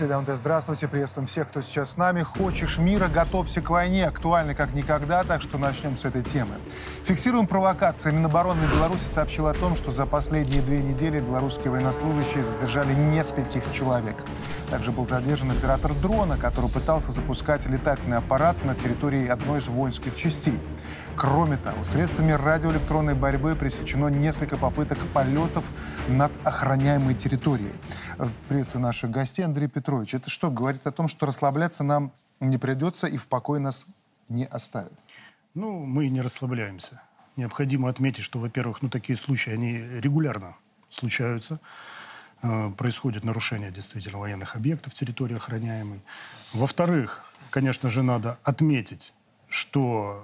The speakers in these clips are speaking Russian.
Дмитрий Даунте, здравствуйте, приветствуем всех, кто сейчас с нами. Хочешь мира, готовься к войне. Актуально как никогда, так что начнем с этой темы. Фиксируем провокации. Минобороны Беларуси сообщил о том, что за последние 2 недели белорусские военнослужащие задержали нескольких человек. Также был задержан оператор дрона, который пытался запускать летательный аппарат на территории одной из воинских частей. Кроме того, средствами радиоэлектронной борьбы пресечено несколько попыток полетов над охраняемой территорией. Приветствую наших гостей. Андрей Петрович, это что, говорит о том, что расслабляться нам не придется и в покое нас не оставят? Ну, мы не расслабляемся. Необходимо отметить, что, во-первых, такие случаи, они регулярно случаются. Происходит нарушение действительно военных объектов территории охраняемой. Во-вторых, конечно же, надо отметить, что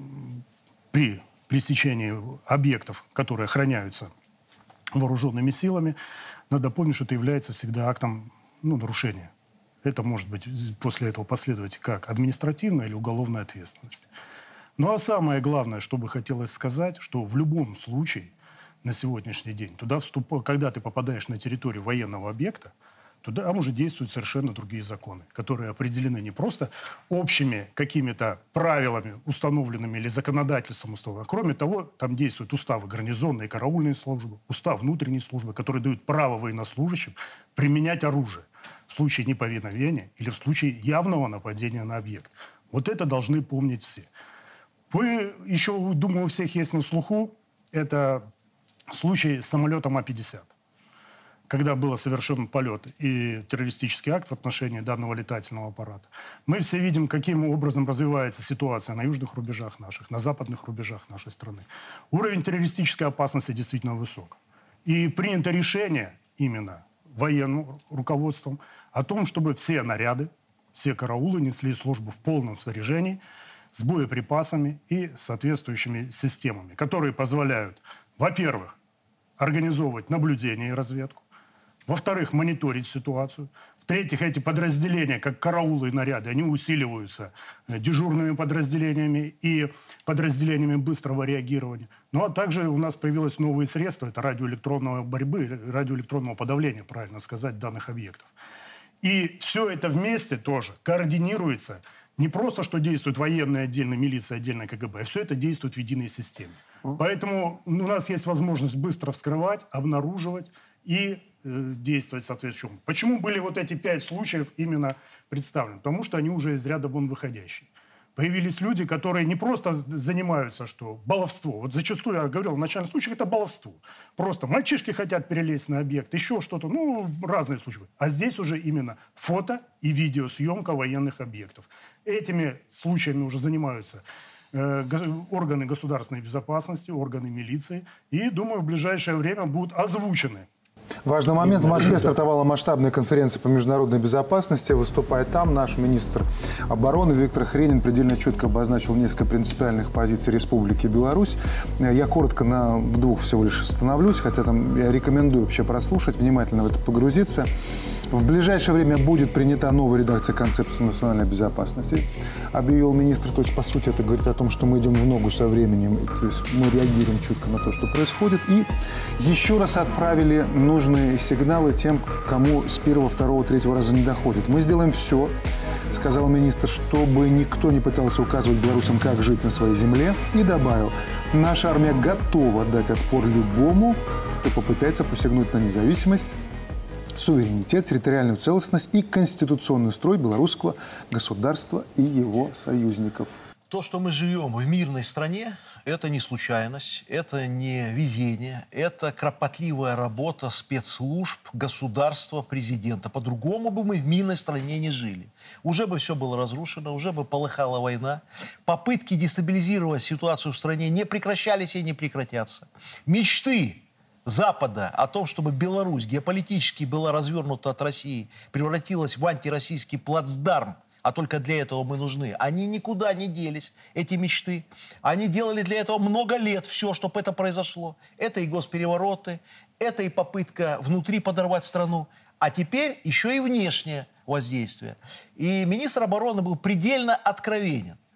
при пресечении объектов, которые охраняются вооруженными силами, надо помнить, что это является всегда актом нарушения. Это может быть после этого последовать как административная или уголовная ответственность. Ну а самое главное, что бы хотелось сказать, что в любом случае на сегодняшний день, когда ты попадаешь на территорию военного объекта, туда уже действуют совершенно другие законы, которые определены не просто общими какими-то правилами, установленными или законодательством установленным. Кроме того, там действуют уставы гарнизонной и караульной службы, устав внутренней службы, которые дают право военнослужащим применять оружие в случае неповиновения или в случае явного нападения на объект. Вот это должны помнить все. Вы еще, думаю, у всех есть на слуху, это случай с самолетом А-50. Когда был совершен полет и террористический акт в отношении данного летательного аппарата. Мы все видим, каким образом развивается ситуация на южных рубежах наших, на западных рубежах нашей страны. Уровень террористической опасности действительно высок. И принято решение именно военным руководством о том, чтобы все наряды, все караулы несли службу в полном снаряжении, с боеприпасами и соответствующими системами, которые позволяют, во-первых, организовывать наблюдение и разведку, во-вторых, мониторить ситуацию. В-третьих, эти подразделения, как караулы и наряды, они усиливаются дежурными подразделениями и подразделениями быстрого реагирования. Ну а также у нас появилось новые средства, это радиоэлектронной борьбы, радиоэлектронного подавления, правильно сказать, данных объектов. И все это вместе тоже координируется. Не просто, что действует военная отдельно, милиция отдельно, КГБ, а все это действует в единой системе. Поэтому у нас есть возможность быстро вскрывать, обнаруживать и действовать соответствующим. Почему были вот эти 5 случаев именно представлены? Потому что они уже из ряда вон выходящие. Появились люди, которые не просто занимаются баловство. Вот зачастую, я говорил, в начальных случаях это баловство. Просто мальчишки хотят перелезть на объект, еще что-то, разные случаи. А здесь уже именно фото и видеосъемка военных объектов. Этими случаями уже занимаются органы государственной безопасности, органы милиции. И, думаю, в ближайшее время будут озвучены. Важный момент. В Москве стартовала масштабная конференция по международной безопасности. Выступая там, наш министр обороны Виктор Хренин предельно четко обозначил несколько принципиальных позиций Республики Беларусь. Я коротко на 2 всего лишь остановлюсь, хотя там я рекомендую вообще прослушать, внимательно в это погрузиться. В ближайшее время будет принята новая редакция концепции национальной безопасности, объявил министр. То есть, по сути, это говорит о том, что мы идем в ногу со временем. То есть мы реагируем чутко на то, что происходит. И еще раз отправили нужные сигналы тем, кому с 1-го, 2-го, 3-го раза не доходит. Мы сделаем все, сказал министр, чтобы никто не пытался указывать белорусам, как жить на своей земле. И добавил, наша армия готова дать отпор любому, кто попытается посягнуть на независимость, суверенитет, территориальную целостность и конституционный строй белорусского государства и его союзников. То, что мы живем в мирной стране, это не случайность, это не везение, это кропотливая работа спецслужб, государства, президента. По-другому бы мы в мирной стране не жили. Уже бы все было разрушено, уже бы полыхала война. Попытки дестабилизировать ситуацию в стране не прекращались и не прекратятся. Мечты Запада о том, чтобы Беларусь геополитически была развернута от России, превратилась в антироссийский плацдарм, а только для этого мы нужны. Они никуда не делись, эти мечты. Они делали для этого много лет все, чтобы это произошло. Это и госперевороты, это и попытка внутри подорвать страну, а теперь еще и внешнее воздействие. И министр обороны был предельно откровенен.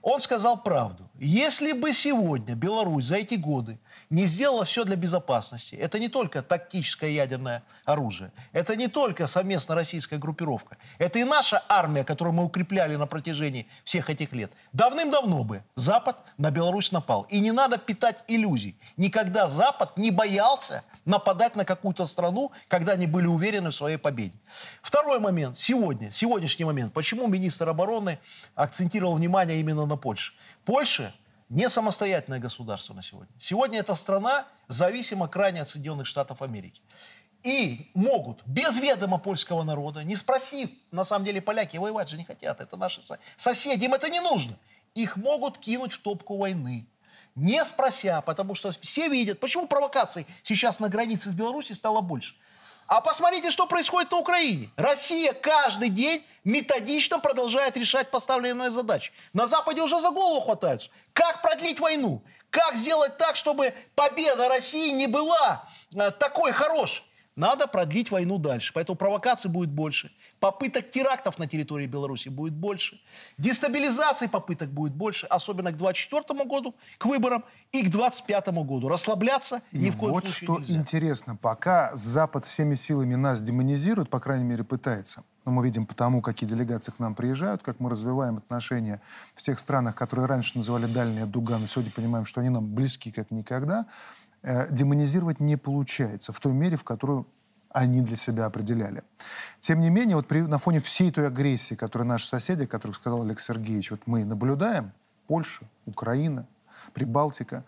Он сказал правду. Если бы сегодня Беларусь за эти годы не сделала все для безопасности, это не только тактическое ядерное оружие, это не только совместно российская группировка, это и наша армия, которую мы укрепляли на протяжении всех этих лет. Давным-давно бы Запад на Беларусь напал. И не надо питать иллюзий. Никогда Запад не боялся нападать на какую-то страну, когда они были уверены в своей победе. Второй момент. Сегодняшний момент. Почему министр обороны акцентировал внимание именно на Польше? Польша не самостоятельное государство на сегодня. Сегодня эта страна зависима крайне от Соединенных Штатов Америки. И могут без ведома польского народа, не спросив, на самом деле поляки воевать же не хотят, это наши соседи, им это не нужно. Их могут кинуть в топку войны. Не спрося, потому что все видят, почему провокаций сейчас на границе с Беларусью стало больше. А посмотрите, что происходит на Украине. Россия каждый день методично продолжает решать поставленные задачи. На Западе уже за голову хватаются. Как продлить войну? Как сделать так, чтобы победа России не была такой хорошей? Надо продлить войну дальше. Поэтому провокаций будет больше. Попыток терактов на территории Беларуси будет больше. Дестабилизации попыток будет больше. Особенно к 2024 году, к выборам, и к 2025 году. Расслабляться ни в коем вот случае что нельзя. интересно. Пока Запад всеми силами нас демонизирует, по крайней мере, пытается. Но мы видим по тому, какие делегации к нам приезжают, как мы развиваем отношения в тех странах, которые раньше называли «дальняя дуга», но сегодня понимаем, что они нам близки как никогда. Демонизировать не получается в той мере, в которую они для себя определяли. Тем не менее, вот на фоне всей той агрессии, которую наши соседи, о которых сказал Олег Сергеевич, вот мы наблюдаем, Польша, Украина, Прибалтика,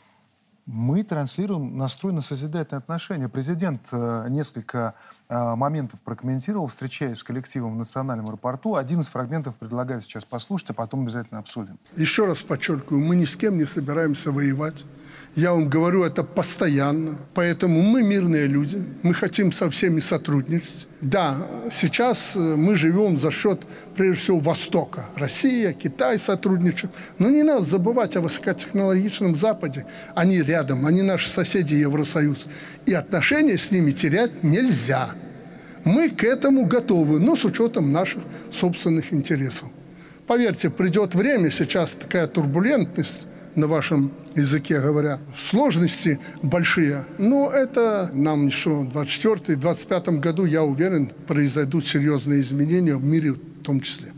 мы транслируем настрой на созидательные отношения. Президент несколько моментов прокомментировал, встречаясь с коллективом в национальном аэропорту. Один из фрагментов предлагаю сейчас послушать, а потом обязательно обсудим. Еще раз подчеркиваю, мы ни с кем не собираемся воевать. Я вам говорю это постоянно. Поэтому мы мирные люди. Мы хотим со всеми сотрудничать. Да, сейчас мы живем за счет, прежде всего, Востока. Россия, Китай сотрудничают. Но не надо забывать о высокотехнологичном Западе. Они рядом, они наши соседи Евросоюз. И отношения с ними терять нельзя. Мы к этому готовы, но с учетом наших собственных интересов. Поверьте, придет время, сейчас такая турбулентность, на вашем языке говоря, сложности большие. Но это нам еще в 2024 и 2025 году, я уверен, произойдут серьезные изменения в мире в том числе.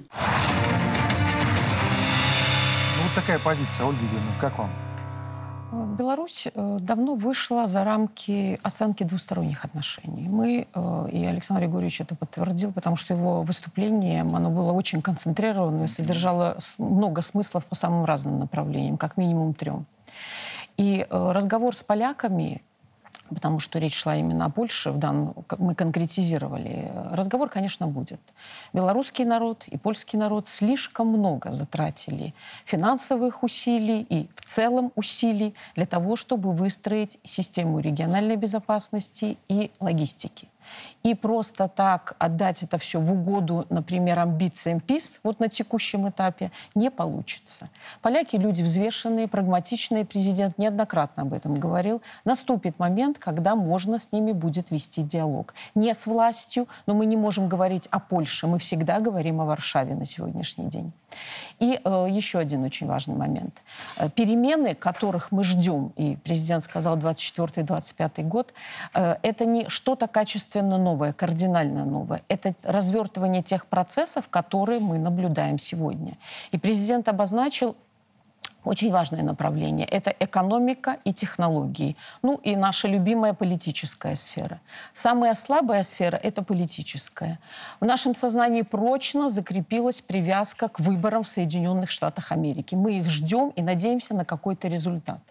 Ну, вот такая позиция, Ольга Юрьевна, как вам? Беларусь давно вышла за рамки оценки двусторонних отношений. Мы, и Александр Григорьевич это подтвердил, потому что его выступление, оно было очень концентрированное, содержало много смыслов по самым разным направлениям, как минимум 3. И разговор с поляками, потому что речь шла именно о Польше, мы конкретизировали, разговор, конечно, будет. Белорусский народ и польский народ слишком много затратили финансовых усилий и в целом усилий для того, чтобы выстроить систему региональной безопасности и логистики. И просто так отдать это все в угоду, например, амбициям ПиС вот на текущем этапе не получится. Поляки люди взвешенные, прагматичные. Президент неоднократно об этом говорил. Наступит момент, когда можно с ними будет вести диалог. Не с властью, но мы не можем говорить о Польше. Мы всегда говорим о Варшаве на сегодняшний день. И еще один очень важный момент. Перемены, которых мы ждем, и президент сказал 24-25 год, это не что-то качественно новое, кардинально новое. Это развертывание тех процессов, которые мы наблюдаем сегодня. И президент обозначил очень важное направление. Это экономика и технологии. Ну и наша любимая политическая сфера. Самая слабая сфера – это политическая. В нашем сознании прочно закрепилась привязка к выборам в Соединенных Штатах Америки. Мы их ждем и надеемся на какой-то результат.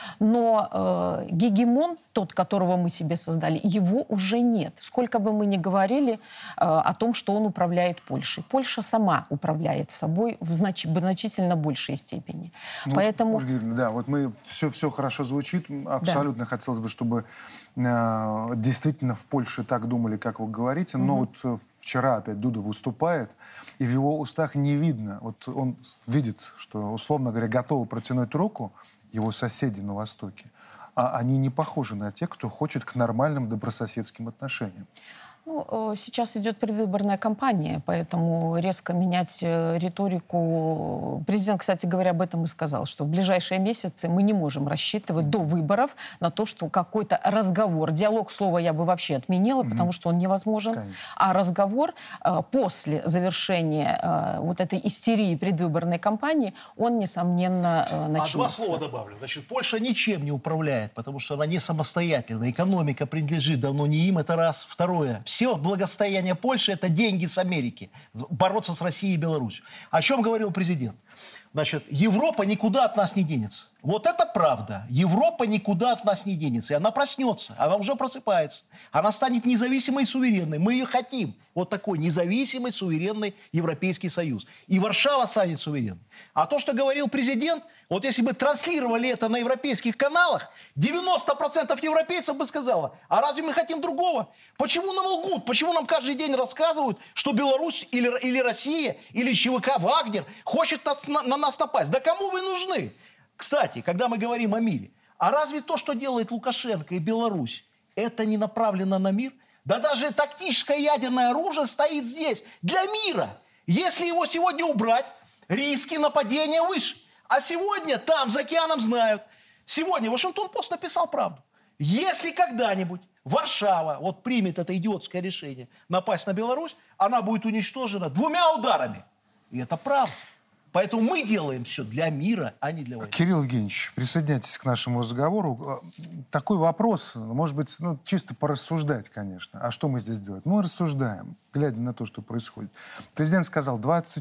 Но гегемон, тот, которого мы себе создали, его уже нет. Сколько бы мы ни говорили о том, что он управляет Польшей. Польша сама управляет собой в значительно большей степени. Ну, поэтому... Ольга Юрьевна, да, вот мы все хорошо звучит. Абсолютно да. Хотелось бы, чтобы действительно в Польше так думали, как вы говорите. Но вот вчера опять Дуда выступает, и в его устах не видно. Вот он видит, что, условно говоря, готовы протянуть руку его соседи на Востоке, а они не похожи на тех, кто хочет к нормальным добрососедским отношениям. Ну, сейчас идет предвыборная кампания, поэтому резко менять риторику... Президент, кстати говоря, об этом и сказал, что в ближайшие месяцы мы не можем рассчитывать до выборов на то, что какой-то разговор, диалог, слово я бы вообще отменила, потому что он невозможен, конечно. А разговор после завершения вот этой истерии предвыборной кампании, он, несомненно, начнется. А два слова добавлю. Значит, Польша ничем не управляет, потому что она не самостоятельна. Экономика принадлежит давно не им, это раз. Второе. Все благосостояние Польши – это деньги с Америки. Бороться с Россией и Беларусью. О чем говорил президент? Значит, Европа никуда от нас не денется. Вот это правда. Европа никуда от нас не денется. И она проснется. Она уже просыпается. Она станет независимой и суверенной. Мы ее хотим. Вот такой независимый, суверенный Европейский Союз. И Варшава станет суверенной. А то, что говорил президент, вот если бы транслировали это на европейских каналах, 90% европейцев бы сказало, а разве мы хотим другого? Почему нам лгут? Почему нам каждый день рассказывают, что Беларусь или Россия, или ЧВК «Вагнер» хочет на нас напасть? Да кому вы нужны? Кстати, когда мы говорим о мире, а разве то, что делает Лукашенко и Беларусь, это не направлено на мир? Да даже тактическое ядерное оружие стоит здесь для мира. Если его сегодня убрать, риски нападения выше. А сегодня там, за океаном, знают. Сегодня Вашингтон-Пост написал правду. Если когда-нибудь Варшава вот примет это идиотское решение напасть на Беларусь, она будет уничтожена 2 ударами. И это правда. Поэтому мы делаем все для мира, а не для войны. Кирилл Евгеньевич, присоединяйтесь к нашему разговору. Такой вопрос, может быть, чисто порассуждать, конечно. А что мы здесь делаем? Мы рассуждаем, глядя на то, что происходит. Президент сказал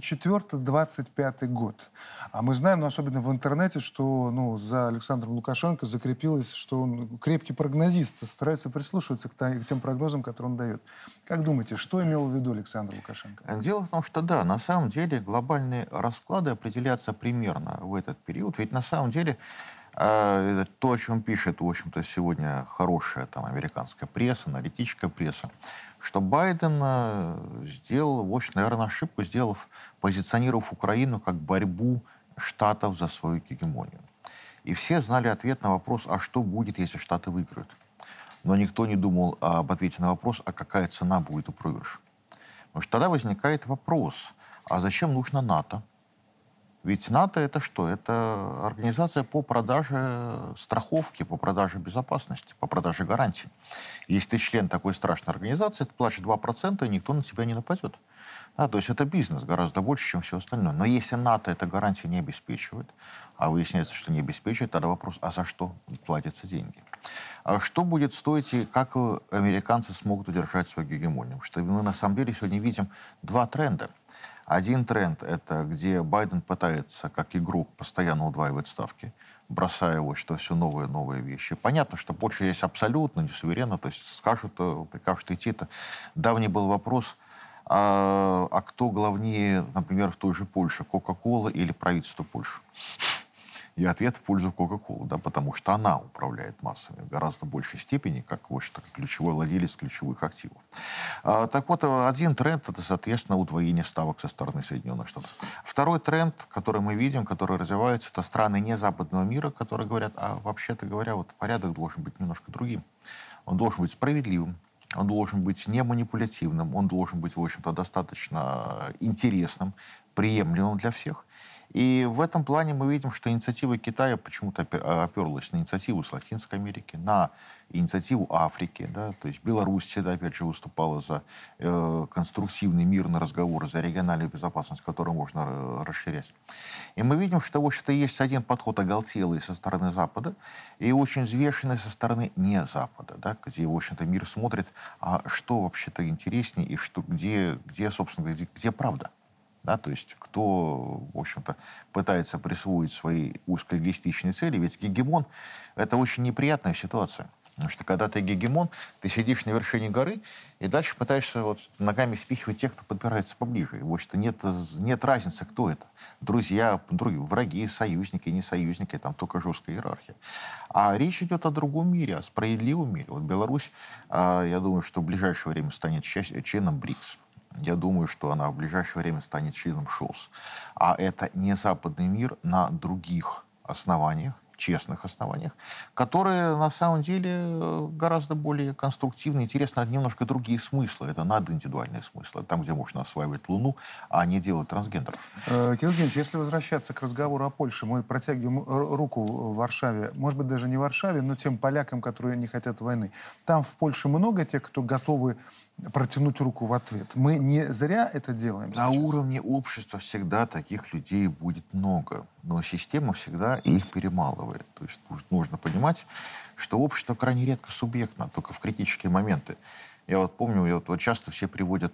24-25 год. А мы знаем, особенно в интернете, что за Александром Лукашенко закрепилось, что он крепкий прогнозист, старается прислушиваться к тем прогнозам, которые он дает. Как думаете, что имел в виду Александр Лукашенко? Дело в том, что да, на самом деле глобальные расклады определяться примерно в этот период. Ведь на самом деле то, о чем пишет, в общем-то, сегодня хорошая американская пресса, аналитическая пресса, что Байден сделал, в общем, наверное, ошибку, позиционировав Украину как борьбу Штатов за свою гегемонию. И все знали ответ на вопрос, а что будет, если Штаты выиграют. Но никто не думал об ответе на вопрос, а какая цена будет у проигрыша. Потому что тогда возникает вопрос, а зачем нужно НАТО? Ведь НАТО это что? Это организация по продаже страховки, по продаже безопасности, по продаже гарантий. Если ты член такой страшной организации, ты платишь 2%, и никто на тебя не нападет. Да, то есть это бизнес гораздо больше, чем все остальное. Но если НАТО эта гарантия не обеспечивает, а выясняется, что не обеспечивает, тогда вопрос, а за что платятся деньги? А что будет стоить и как американцы смогут удержать свою гегемонию? Потому что мы на самом деле сегодня видим два тренда. Один тренд – это где Байден пытается, как игрок, постоянно удваивать ставки, бросая что все новые и новые вещи. Понятно, что Польша есть абсолютно не суверенна, то есть прикажут идти. Это давний был вопрос, а кто главнее, например, в той же Польше, Кока-Кола или правительство Польши? И ответ в пользу Кока-Колы, да, потому что она управляет массами в гораздо большей степени, как ключевой владелец ключевых активов. Так вот, один тренд – это, соответственно, удвоение ставок со стороны Соединенных Штатов. Второй тренд, который мы видим, который развивается, это страны не западного мира, которые говорят, а вообще-то говоря, порядок должен быть немножко другим. Он должен быть справедливым, он должен быть не манипулятивным, он должен быть, в общем-то, достаточно интересным, приемлемым для всех. И в этом плане мы видим, что инициатива Китая почему-то оперлась на инициативу с Латинской Америки, на инициативу Африки. Да, то есть Беларусь всегда, опять же, выступала за конструктивный мирный разговор, за региональную безопасность, которую можно расширять. И мы видим, что, в общем-то, есть один подход оголтелый со стороны Запада и очень взвешенный со стороны не Запада, да, где, в общем-то, мир смотрит, а что вообще-то интереснее и где, собственно, где правда. Да, то есть кто, в общем-то, пытается присвоить свои узкоэгоистичные цели. Ведь гегемон – это очень неприятная ситуация. Потому что когда ты гегемон, ты сидишь на вершине горы и дальше пытаешься ногами спихивать тех, кто подбирается поближе. И, в общем-то, нет разницы, кто это. Друзья, враги, союзники, не союзники, там только жесткая иерархия. А речь идет о другом мире, о справедливом мире. Вот Беларусь, я думаю, что в ближайшее время станет членом БРИКС. Я думаю, что она в ближайшее время станет членом ШОС. А это не западный мир на других основаниях, честных основаниях, которые на самом деле гораздо более конструктивны, интересны, немножко другие смыслы. Это надиндивидуальные смыслы, там, где можно осваивать Луну, а не делать трансгендеров. Кирилл Евгеньевич, если возвращаться к разговору о Польше, мы протягиваем руку в Варшаве, может быть, даже не в Варшаве, но тем полякам, которые не хотят войны. Там в Польше много тех, кто готовы протянуть руку в ответ. Мы не зря это делаем На уровне общества всегда таких людей будет много, но система всегда их перемалывает. То есть нужно понимать, что общество крайне редко субъектно, только в критические моменты. Я вот помню, вот часто все приводят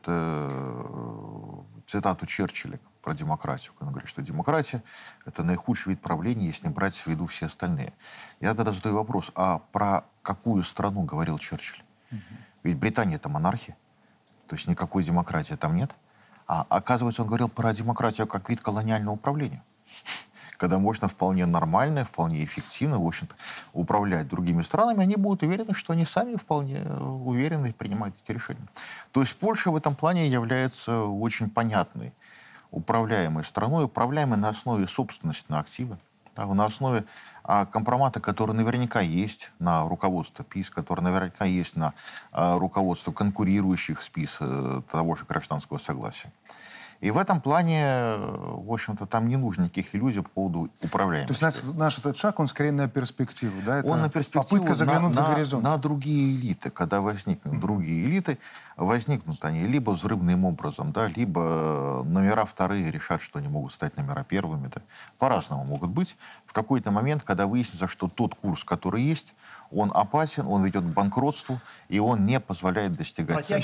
цитату Черчилля про демократию. Он говорит, что демократия — это наихудший вид правления, если не брать в виду все остальные. Я тогда задаю вопрос, а про какую страну говорил Черчилль? Ведь Британия — это монархия, то есть никакой демократии там нет. А оказывается, он говорил про демократию как вид колониального управления, когда можно вполне нормально, вполне эффективно, в общем-то, управлять другими странами, они будут уверены, что они сами вполне уверены принимают эти решения. То есть Польша в этом плане является очень понятной, управляемой страной, управляемой на основе собственности на активы, на основе компромата, который наверняка есть на руководство ПиС, который наверняка есть на руководство конкурирующих с ПиС того же гражданского согласия. И в этом плане, в общем-то, там не нужно никаких иллюзий по поводу управляемости. То есть наш этот шаг, он скорее на перспективу, да? Это он на перспективу, попытка заглянуть за горизонт. На другие элиты. Когда возникнут другие элиты, возникнут они либо взрывным образом, да, либо номера вторые решат, что они могут стать номера первыми. Да. По-разному могут быть. В какой-то момент, когда выяснится, что тот курс, который есть, он опасен, он ведет к банкротству, и он не позволяет достигать цели.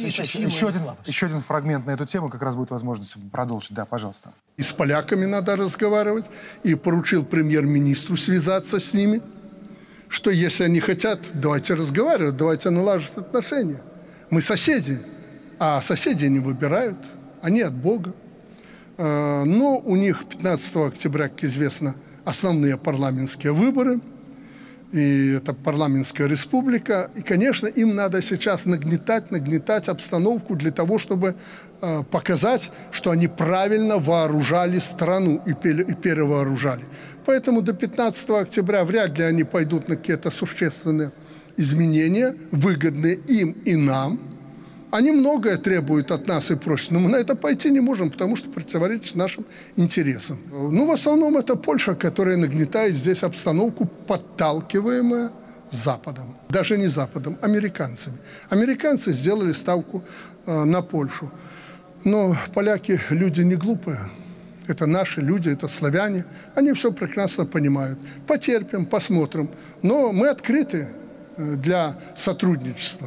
Еще один фрагмент на эту тему, как раз будет возможность продолжить. Да, пожалуйста. И с поляками надо разговаривать, и поручил премьер-министру связаться с ними, что если они хотят, давайте разговаривать, давайте налаживать отношения. Мы соседи, а соседи не выбирают, они от Бога. Но у них 15 октября, как известно, основные парламентские выборы, и это парламентская республика. И, конечно, им надо сейчас нагнетать обстановку для того, чтобы показать, что они правильно вооружали страну и перевооружали. Поэтому до 15 октября вряд ли они пойдут на какие-то существенные изменения, выгодные им и нам. Они многое требуют от нас и просят, но мы на это пойти не можем, потому что противоречит нашим интересам. Ну, в основном это Польша, которая нагнетает здесь обстановку, подталкиваемая Западом. Даже не Западом, американцами. Американцы сделали ставку на Польшу. Но поляки люди не глупые. Это наши люди, это славяне. Они все прекрасно понимают. Потерпим, посмотрим. Но мы открыты для сотрудничества.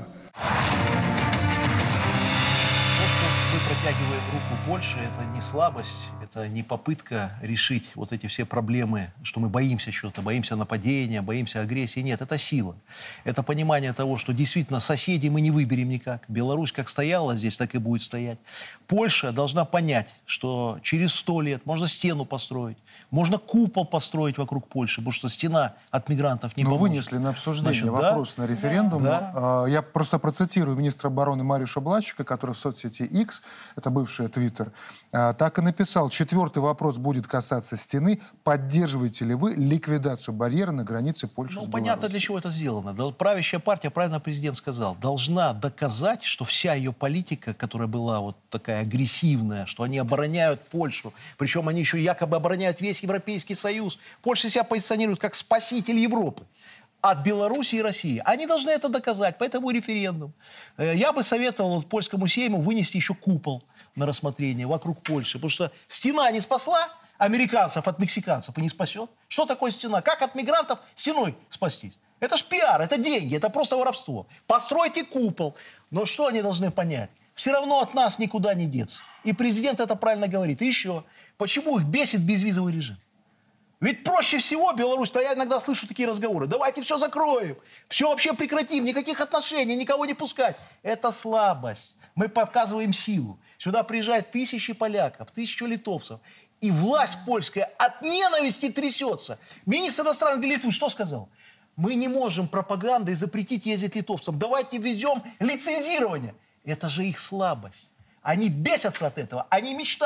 Протягиваем руку Польше, это не слабость, это не попытка решить вот эти все проблемы, что мы боимся чего-то, боимся нападения, боимся агрессии. Нет, это сила. Это понимание того, что действительно соседей мы не выберем никак. Беларусь как стояла здесь, так и будет стоять. Польша должна понять, что через 100 лет можно стену построить, можно купол построить вокруг Польши, потому что стена от мигрантов не поможет. Вынесли на обсуждение вопрос на референдум. Да. Я просто процитирую министра обороны Мариуша Блащика, который в соцсети X, это бывший Твиттер, так и написал: 4-й вопрос будет касаться стены. Поддерживаете ли вы ликвидацию барьера на границе Польши с Беларусью? Понятно, для чего это сделано. Правящая партия, правильно президент сказал, должна доказать, что вся ее политика, которая была вот такая агрессивная, что они обороняют Польшу, причем они еще якобы обороняют весь Европейский Союз. Польша себя позиционирует как спаситель Европы от Беларуси и России. Они должны это доказать, поэтому референдум. Я бы советовал польскому сейму вынести еще купол на рассмотрение вокруг Польши, потому что стена не спасла американцев от мексиканцев и не спасет. Что такое стена? Как от мигрантов стеной спастись? Это ж пиар, это деньги, это просто воровство. Постройте купол. Но что они должны понять? Все равно от нас никуда не деться. И президент это правильно говорит. И еще, почему их бесит безвизовый режим? Ведь проще всего Беларусь, я иногда слышу такие разговоры: давайте все закроем, все вообще прекратим, никаких отношений, никого не пускать. Это слабость. Мы показываем силу. Сюда приезжают тысячи поляков, 1000 литовцев. И власть польская от ненависти трясется. Министр иностранных дел Литвы что сказал? Мы не можем пропагандой запретить ездить литовцам. Давайте введем лицензирование. Это же их слабость. Они бесятся от этого, они мечтают.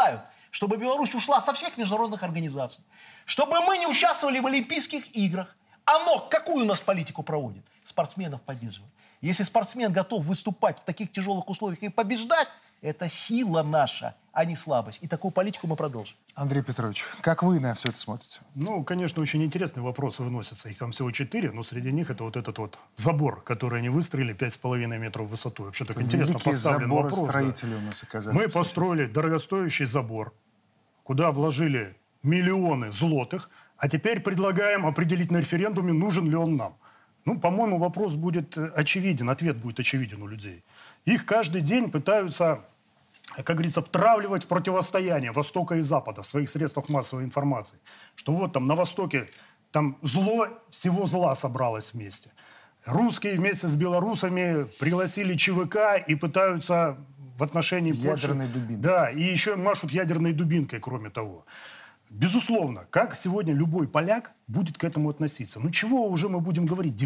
чтобы Беларусь ушла со всех международных организаций, чтобы мы не участвовали в Олимпийских играх. Оно какую у нас политику проводит? Спортсменов поддерживает. Если спортсмен готов выступать в таких тяжелых условиях и побеждать, это сила наша, а не слабость. И такую политику мы продолжим. Андрей Петрович, как вы на все это смотрите? Ну, конечно, очень интересные вопросы выносятся. Их там всего 4, но среди них это вот этот вот забор, который они выстроили 5,5 метров в высоту. Вообще так интересно поставлен вопрос. Строители у нас оказались. Мы построили дорогостоящий забор, куда вложили миллионы злотых, а теперь предлагаем определить на референдуме, нужен ли он нам. Ну, по-моему, вопрос будет очевиден, ответ будет очевиден у людей. Их каждый день пытаются, как говорится, втравливать в противостояние Востока и Запада в своих средствах массовой информации. Что вот там на Востоке там зло всего зла собралось вместе. Русские вместе с белорусами пригласили ЧВК и пытаются в отношении Польши... Ядерной дубинкой. Да, и еще машут ядерной дубинкой, кроме того. Безусловно, как сегодня любой поляк будет к этому относиться? Ну чего уже мы будем говорить?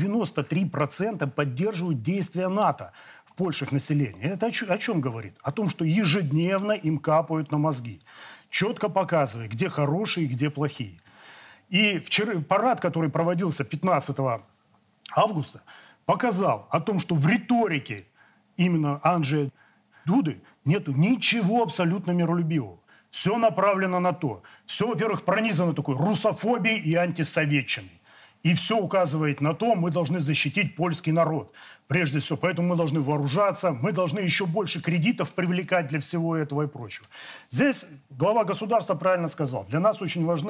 93% поддерживают действия НАТО в Польше населения. Это о чем говорит? О том, что ежедневно им капают на мозги, четко показывая, где хорошие и где плохие. И вчера парад, который проводился 15 августа, показал о том, что в риторике именно Анджея Дуды нету ничего абсолютно миролюбивого. Все направлено на то. Все, во-первых, пронизано такой русофобией и антисоветчиной. И все указывает на то, мы должны защитить польский народ. Прежде всего, поэтому мы должны вооружаться, мы должны еще больше кредитов привлекать для всего этого и прочего. Здесь глава государства правильно сказал. Для нас очень важны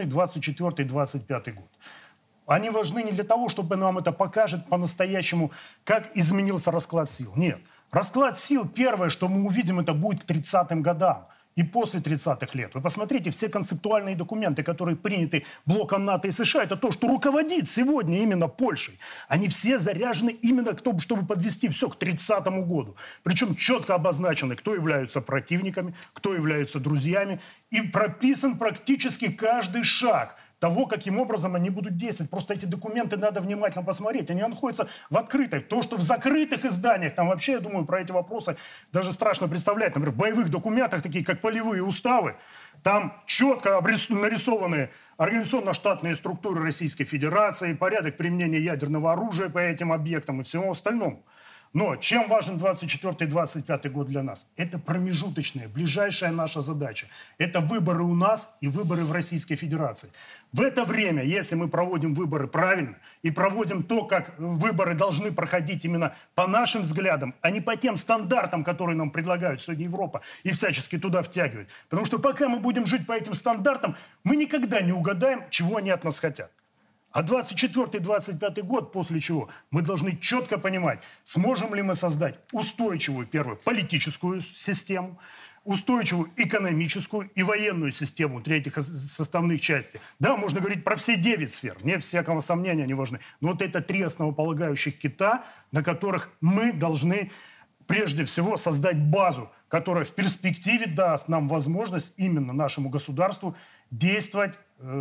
24-25 год. Они важны не для того, чтобы нам это покажет по-настоящему, как изменился расклад сил. Нет. Расклад сил, первое, что мы увидим, это будет к 30-м годам. И после 30-х лет. Вы посмотрите, все концептуальные документы, которые приняты блоком НАТО и США, это то, что руководит сегодня именно Польшей. Они все заряжены именно чтобы подвести все к 30-му году. Причем четко обозначены, кто являются противниками, кто являются друзьями. И прописан практически каждый шаг того, каким образом они будут действовать. Просто эти документы надо внимательно посмотреть. Они находятся в открытой. То, что в закрытых изданиях, там вообще, я думаю, про эти вопросы даже страшно представлять. Например, в боевых документах, такие как полевые уставы, там четко нарисованы организационно-штатные структуры Российской Федерации, порядок применения ядерного оружия по этим объектам и всему остальному. Но чем важен 24-25 год для нас? Это промежуточная, ближайшая наша задача. Это выборы у нас и выборы в Российской Федерации. В это время, если мы проводим выборы правильно и проводим то, как выборы должны проходить именно по нашим взглядам, а не по тем стандартам, которые нам предлагают сегодня Европа и всячески туда втягивает. Потому что пока мы будем жить по этим стандартам, мы никогда не угадаем, чего они от нас хотят. А 24-25 год, после чего мы должны четко понимать, сможем ли мы создать устойчивую, первую, политическую систему, устойчивую экономическую и военную систему, третьих составных частей. Да, можно говорить про все 9 сфер, нет всякого сомнения, они важны. Но вот это 3 основополагающих кита, на которых мы должны прежде всего создать базу, которая в перспективе даст нам возможность именно нашему государству действовать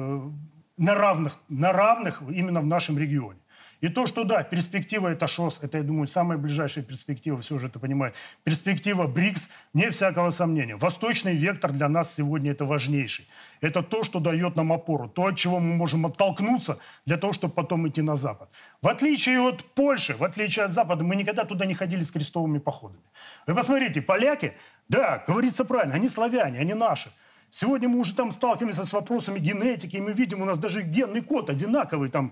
на равных именно в нашем регионе. И то, что да, перспектива это ШОС, это, я думаю, самая ближайшая перспектива, все же это понимают. Перспектива БРИКС, не всякого сомнения. Восточный вектор для нас сегодня это важнейший. Это то, что дает нам опору, то, от чего мы можем оттолкнуться для того, чтобы потом идти на Запад. В отличие от Польши, в отличие от Запада, мы никогда туда не ходили с крестовыми походами. Вы посмотрите, поляки, да, говорится правильно, они славяне, они наши. Сегодня мы уже там сталкиваемся с вопросами генетики, и мы видим, у нас даже генный код одинаковый, там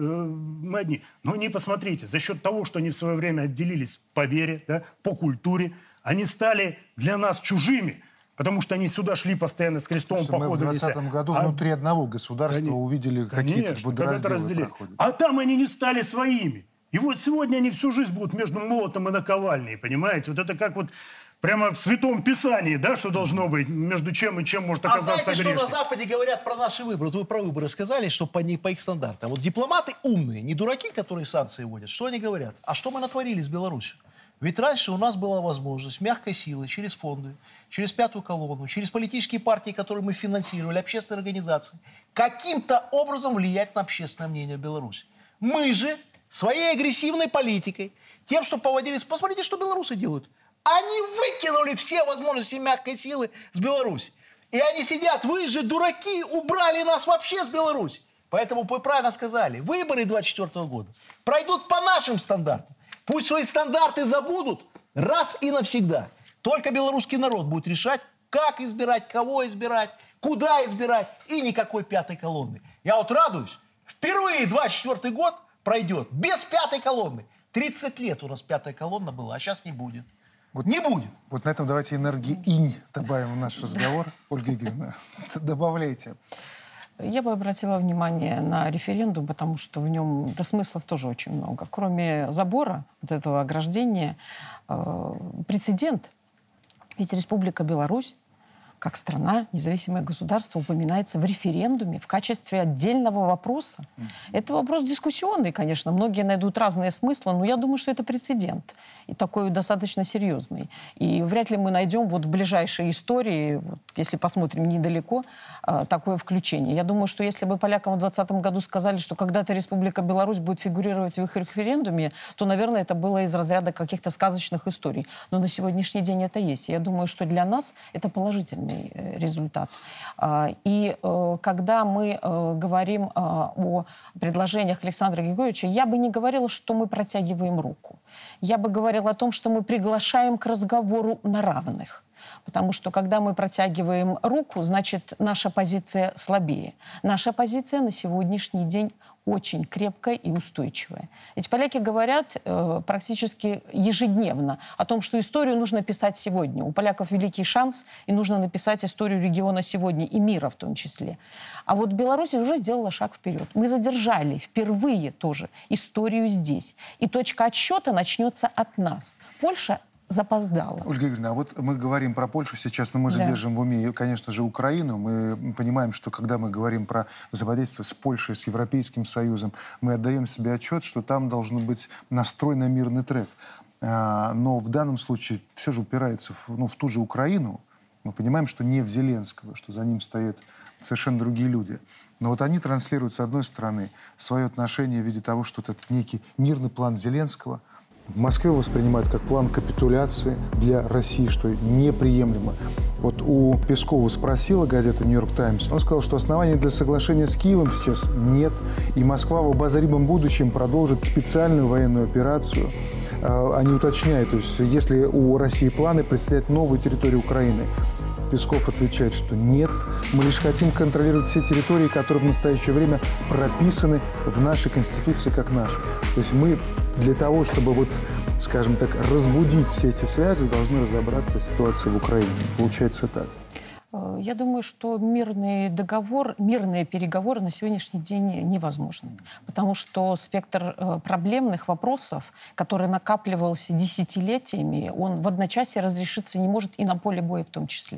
мы одни. Но не посмотрите, за счет того, что они в свое время отделились по вере, да, по культуре, они стали для нас чужими, потому что они сюда шли постоянно с крестовым походом. Мы в 2020 году внутри одного государства увидели какие-то водоразделы проходят. А там они не стали своими. И вот сегодня они всю жизнь будут между молотом и наковальней, понимаете? Вот это как вот прямо в Святом Писании, да, что должно быть, между чем и чем может оказаться грешник. А знаете, что на Западе говорят про наши выборы? Вот вы про выборы сказали, что по их стандартам. Вот дипломаты умные, не дураки, которые санкции вводят, что они говорят? А что мы натворили с Беларусью? Ведь раньше у нас была возможность мягкой силой, через фонды, через пятую колонну, через политические партии, которые мы финансировали, общественные организации, каким-то образом влиять на общественное мнение в Беларуси. Мы же своей агрессивной политикой, тем, что поводились... Посмотрите, что белорусы делают. Они выкинули все возможности мягкой силы с Беларуси. И они сидят, вы же дураки, убрали нас вообще с Беларуси. Поэтому вы правильно сказали, выборы 2024 года пройдут по нашим стандартам. Пусть свои стандарты забудут раз и навсегда. Только белорусский народ будет решать, как избирать, кого избирать, куда избирать, и никакой пятой колонны. Я вот радуюсь, впервые 2024 год пройдет без пятой колонны. 30 лет у нас пятая колонна была, а сейчас не будет. Вот, не будет. Вот на этом давайте энергии-инь добавим в наш разговор. Ольга Игоревна, добавляйте. Я бы обратила внимание на референдум, потому что в нем смыслов тоже очень много. Кроме забора, вот этого ограждения, прецедент. Ведь Республика Беларусь, как страна, независимое государство, упоминается в референдуме в качестве отдельного вопроса. Это вопрос дискуссионный, конечно. Многие найдут разные смыслы, но я думаю, что это прецедент. И такой достаточно серьезный. И вряд ли мы найдем вот в ближайшей истории, вот, если посмотрим недалеко, такое включение. Я думаю, что если бы полякам в 2020 году сказали, что когда-то Республика Беларусь будет фигурировать в их референдуме, то, наверное, это было из разряда каких-то сказочных историй. Но на сегодняшний день это есть. Я думаю, что для нас это положительный результат. И когда мы говорим о предложениях Александра Григорьевича, я бы не говорила, что мы протягиваем руку. Я бы говорила о том, что мы приглашаем к разговору на равных. Потому что, когда мы протягиваем руку, значит, наша позиция слабее. Наша позиция на сегодняшний день очень крепкая и устойчивая. Ведь поляки говорят практически ежедневно о том, что историю нужно писать сегодня. У поляков великий шанс, и нужно написать историю региона сегодня, и мира в том числе. А вот Беларусь уже сделала шаг вперед. Мы задержали впервые тоже историю здесь. И точка отсчета начнется от нас. Польша запоздала. Ольга Игоревна, а вот мы говорим про Польшу сейчас, но мы же держим в уме, конечно же, Украину. Мы понимаем, что когда мы говорим про взаимодействие с Польшей, с Европейским Союзом, мы отдаем себе отчет, что там должен быть настрой на мирный трек. Но в данном случае все же упирается в ту же Украину. Мы понимаем, что не в Зеленского, что за ним стоят совершенно другие люди. Но вот они транслируют, с одной стороны, свое отношение в виде того, что это некий мирный план Зеленского. В Москве воспринимают как план капитуляции для России, что неприемлемо. Вот у Пескова спросила газета «Нью-Йорк Таймс». Он сказал, что оснований для соглашения с Киевом сейчас нет. И Москва в обозримом будущем продолжит специальную военную операцию. Они уточняют, то есть если у России планы представлять новую территорию Украины. Песков отвечает, что нет. Мы лишь хотим контролировать все территории, которые в настоящее время прописаны в нашей Конституции как наши. То есть мы для того, чтобы, вот, скажем так, разбудить все эти связи, должны разобраться с ситуацией в Украине. Получается так. Я думаю, что мирный договор, мирные переговоры на сегодняшний день невозможны. Потому что спектр проблемных вопросов, который накапливался десятилетиями, он в одночасье разрешиться не может, и на поле боя в том числе.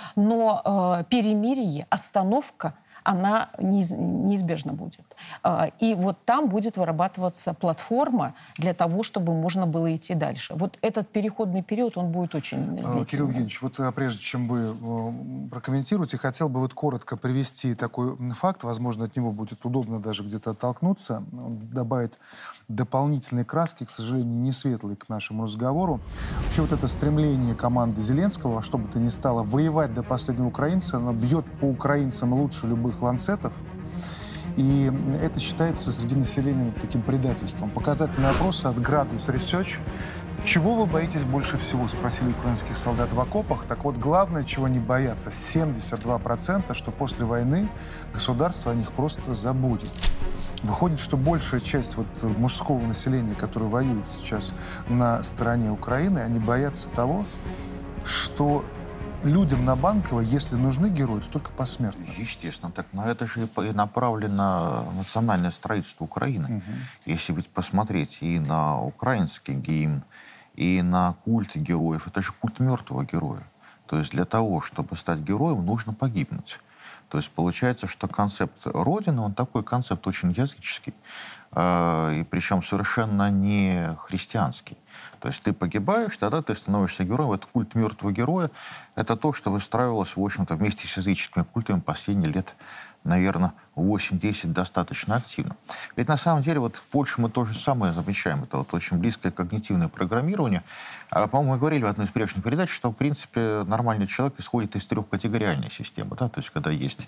Но перемирие, остановка, она неизбежно будет. И вот там будет вырабатываться платформа для того, чтобы можно было идти дальше. Вот этот переходный период, он будет очень длительным. Кирилл Евгеньевич, вот прежде чем вы прокомментируете, хотел бы вот коротко привести такой факт, возможно, от него будет удобно даже где-то оттолкнуться. Он добавит дополнительные краски, к сожалению, не светлые к нашему разговору. Вообще вот это стремление команды Зеленского, во что бы то ни стало, воевать до последнего украинца, оно бьет по украинцам лучше любых ланцетов. И это считается среди населения таким предательством. Показательный опрос от Gradus Research. Чего вы боитесь больше всего, спросили украинских солдат в окопах. Так вот, главное, чего не боятся, 72%, что после войны государство о них просто забудет. Выходит, что большая часть вот мужского населения, которое воюет сейчас на стороне Украины, они боятся того, что людям на Банково, если нужны герои, то только посмертно. Естественно, так, но это же и направлено на национальное строительство Украины. Если ведь посмотреть и на украинский гимн, и на культ героев, это же культ мертвого героя. То есть для того, чтобы стать героем, нужно погибнуть. То есть получается, что концепт Родины, он такой концепт очень языческий, и причем совершенно не христианский. То есть ты погибаешь, тогда ты становишься героем. Это культ мертвого героя. Это то, что выстраивалось, в общем-то, вместе с языческими культами последние лет наверное, 8-10 достаточно активно. Ведь на самом деле вот в Польше мы то же самое замечаем. Это вот очень близкое когнитивное программирование. По-моему, мы говорили в одной из прежних передач, что, в принципе, нормальный человек исходит из трехкатегориальной системы. Да? То есть, когда есть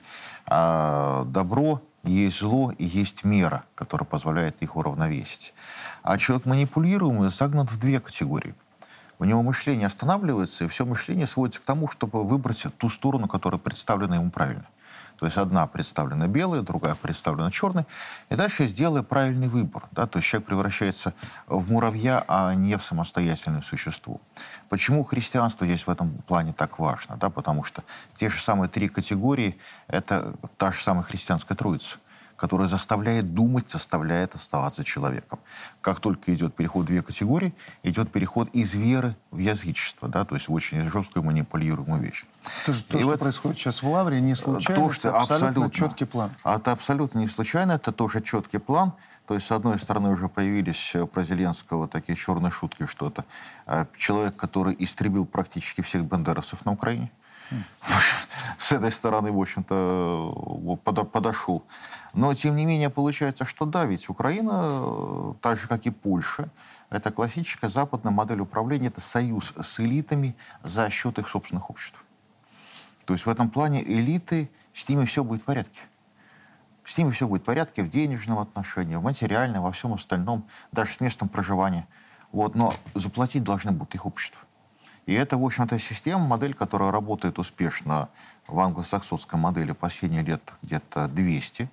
добро, есть зло и есть мера, которая позволяет их уравновесить. А человек манипулируемый загнан в две категории. У него мышление останавливается, и все мышление сводится к тому, чтобы выбрать ту сторону, которая представлена ему правильно. То есть одна представлена белой, другая представлена черной. И дальше сделай правильный выбор. Да? То есть человек превращается в муравья, а не в самостоятельное существо. Почему христианство здесь в этом плане так важно? Да? Потому что те же самые три категории — это та же самая христианская троица, которая заставляет думать, заставляет оставаться человеком. Как только идет переход в две категории, идет переход из веры в язычество, да, то есть в очень жесткую манипулируемую вещь. То, что происходит сейчас в Лавре, не случайно, это абсолютно четкий план. Это абсолютно не случайно, это тоже четкий план. То есть, с одной стороны, уже появились про Зеленского такие черные шутки, что это человек, который истребил практически всех бандеровцев на Украине. С этой стороны, в общем-то, подошел. Но, тем не менее, получается, что да, ведь Украина, так же, как и Польша, это классическая западная модель управления, это союз с элитами за счет их собственных обществ. То есть в этом плане элиты, с ними все будет в порядке. С ними все будет в порядке в денежном отношении, в материальном, во всем остальном, даже с местом проживания. Вот, но заплатить должны будут их общество. И это, в общем-то, система, модель, которая работает успешно в англосаксонской модели последние лет где-то 200.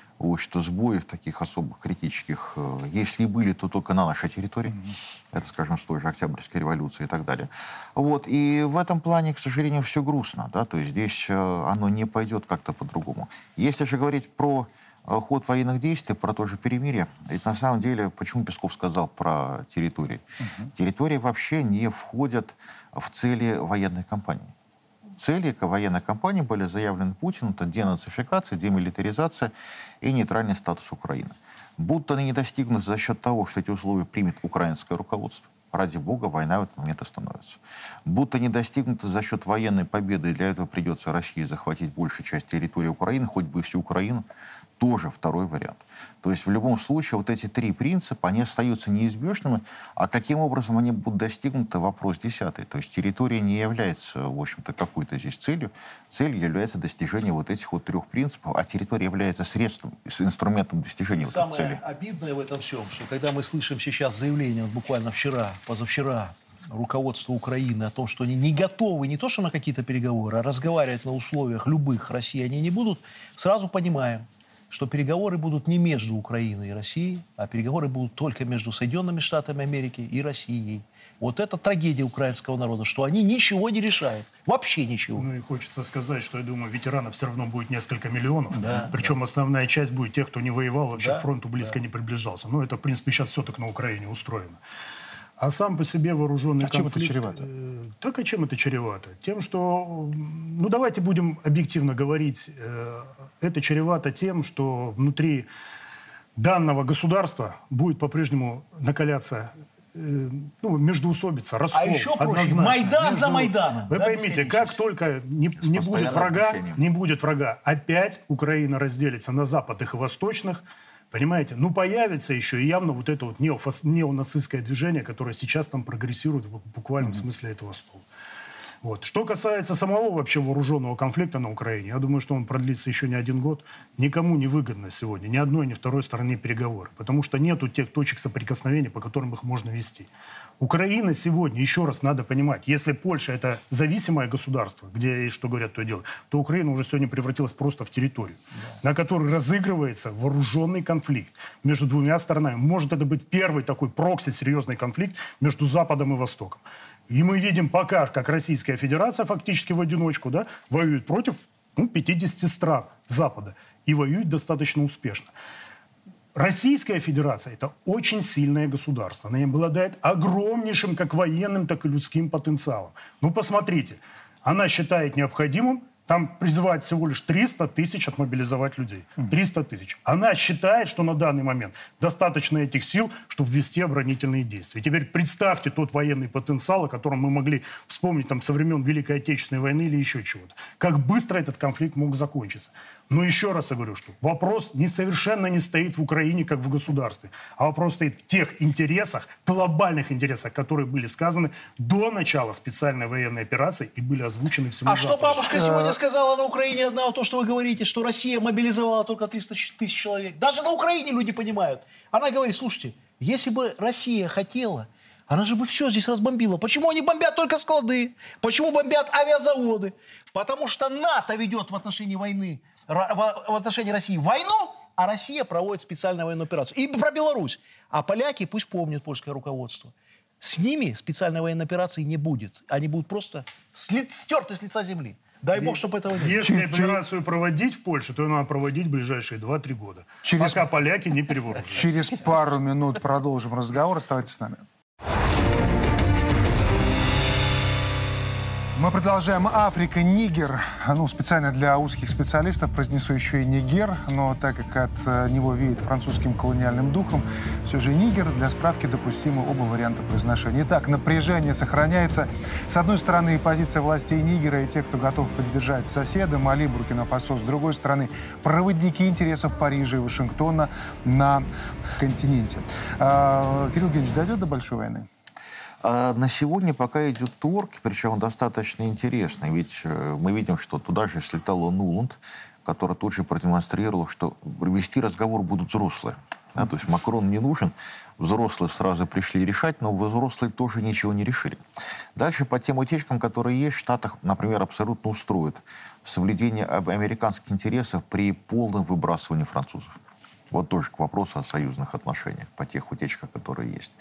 Что сбоев таких особо критических, если и были, то только на нашей территории. Это, скажем, с той же Октябрьской революции и так далее. Вот. И в этом плане, к сожалению, все грустно. Да? То есть здесь оно не пойдет как-то по-другому. Если же говорить про ход военных действий, про то же перемирие, ведь на самом деле, почему Песков сказал про территории? Территории вообще не входят в цели военной кампании. Цели военной кампании были заявлены Путиным: это денацификация, демилитаризация и нейтральный статус Украины. Будут они не достигнуты за счет того, что эти условия примет украинское руководство. Ради бога, война в этот момент остановится. Будут они достигнуты за счет военной победы, и для этого придется России захватить большую часть территории Украины, хоть бы и всю Украину, тоже второй вариант. То есть в любом случае вот эти три принципа, они остаются неизбежными, а каким образом они будут достигнуты, вопрос 10. То есть территория не является, в общем-то, какой-то здесь целью. Целью является достижение вот этих вот трех принципов, а территория является средством, инструментом достижения вот этой цели. Самое обидное в этом всем, что когда мы слышим сейчас заявление, вот буквально вчера, позавчера, руководство Украины о том, что они не готовы не то что на какие-то переговоры, а разговаривать на условиях любых России они не будут, сразу понимаем, что переговоры будут не между Украиной и Россией, а переговоры будут только между Соединенными Штатами Америки и Россией. Вот это трагедия украинского народа, что они ничего не решают. Вообще ничего. Ну и хочется сказать, что, я думаю, ветеранов все равно будет несколько миллионов. Да, Причем основная часть будет тех, кто не воевал, вообще к фронту близко да. не приближался. Ну это, в принципе, сейчас все так на Украине устроено. А сам по себе вооруженный конфликт... А чем это чревато? Так, а чем это чревато? Тем, что... Ну, давайте будем объективно говорить. Это чревато тем, что внутри данного государства будет по-прежнему накаляться междоусобица, раскол. А еще проще, однозначно. Майдан за Майданом. Вы поймите, как только не будет врага, опять Украина разделится на западных и восточных. Понимаете? Ну, появится еще и явно вот это вот неонацистское движение, которое сейчас там прогрессирует в буквальном смысле этого слова. Вот. Что касается самого вообще вооруженного конфликта на Украине, я думаю, что он продлится еще не 1 год. Никому не выгодно сегодня, ни одной, ни второй стороне переговоры, потому что нету тех точек соприкосновения, по которым их можно вести. Украина сегодня, еще раз надо понимать, если Польша это зависимое государство, где, что говорят, то и делают, то Украина уже сегодня превратилась просто в территорию, на которой разыгрывается вооруженный конфликт между двумя сторонами. Может это быть первый такой прокси, серьезный конфликт между Западом и Востоком. И мы видим пока, как Российская Федерация фактически в одиночку, да, воюет против 50 стран Запада. И воюет достаточно успешно. Российская Федерация – это очень сильное государство. Она обладает огромнейшим как военным, так и людским потенциалом. Ну, посмотрите. Она считает необходимым Там призывают всего лишь 300 тысяч отмобилизовать людей. 300 тысяч. Она считает, что на данный момент достаточно этих сил, чтобы ввести оборонительные действия. И теперь представьте тот военный потенциал, о котором мы могли вспомнить там, со времен Великой Отечественной войны или еще чего-то. Как быстро этот конфликт мог закончиться. Но еще раз я говорю, что вопрос совершенно не стоит в Украине как в государстве, а вопрос стоит в тех интересах, глобальных интересах, которые были сказаны до начала специальной военной операции и были озвучены всему А Западу. что бабушка сегодня сказала на Украине одна, то, что вы говорите, что Россия мобилизовала только 300 тысяч человек? Даже на Украине люди понимают. Она говорит, слушайте, если бы Россия хотела, она же бы все здесь разбомбила. Почему они бомбят только склады? Почему бомбят авиазаводы? Потому что НАТО ведет в отношении войны, в отношении России войну, а Россия проводит специальную военную операцию. И про Беларусь. А поляки пусть помнят польское руководство. С ними специальной военной операции не будет. Они будут просто стерты с лица земли. Дай бог, чтобы этого не было. Если операцию проводить в Польше, то ее надо проводить в ближайшие 2-3 года. Пока поляки не перевооружатся. Через пару минут продолжим разговор. Оставайтесь с нами. Мы продолжаем. Африка, Нигер. Ну, специально для узких специалистов произнесу еще и Нигер, но так как от него веет французским колониальным духом, все же Нигер. Для справки допустимы оба варианта произношения. Итак, напряжение сохраняется. С одной стороны, позиция властей Нигера и тех, кто готов поддержать соседа, Мали, Буркина-Фасо. С другой стороны, проводники интересов Парижа и Вашингтона на континенте. Кирилл Евгеньевич, дойдет до большой войны? На сегодня пока идет торг, причем достаточно интересный. Ведь мы видим, что туда же слетала Нуланд, который тут же продемонстрировал, что вести разговор будут взрослые. Да, то есть Макрон не нужен, взрослые сразу пришли решать, но взрослые тоже ничего не решили. Дальше по тем утечкам, которые есть, в Штатах, например, абсолютно устроит соблюдение американских интересов при полном выбрасывании французов. Вот тоже к вопросу о союзных отношениях, по тех утечках, которые есть.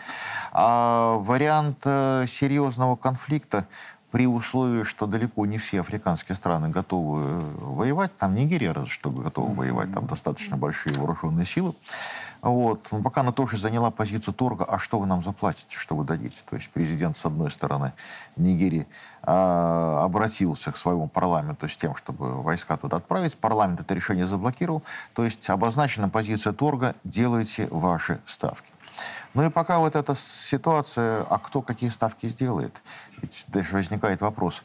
А вариант серьезного конфликта при условии, что далеко не все африканские страны готовы воевать, там Нигерия разве что готова воевать, там достаточно большие вооруженные силы. Вот. Но пока она тоже заняла позицию торга, а что вы нам заплатите, что вы дадите? То есть президент, с одной стороны, Нигерии обратился к своему парламенту с тем, чтобы войска туда отправить. Парламент это решение заблокировал. То есть обозначена позиция торга, делайте ваши ставки. Ну и пока вот эта ситуация, а кто какие ставки сделает? Ведь даже возникает вопрос,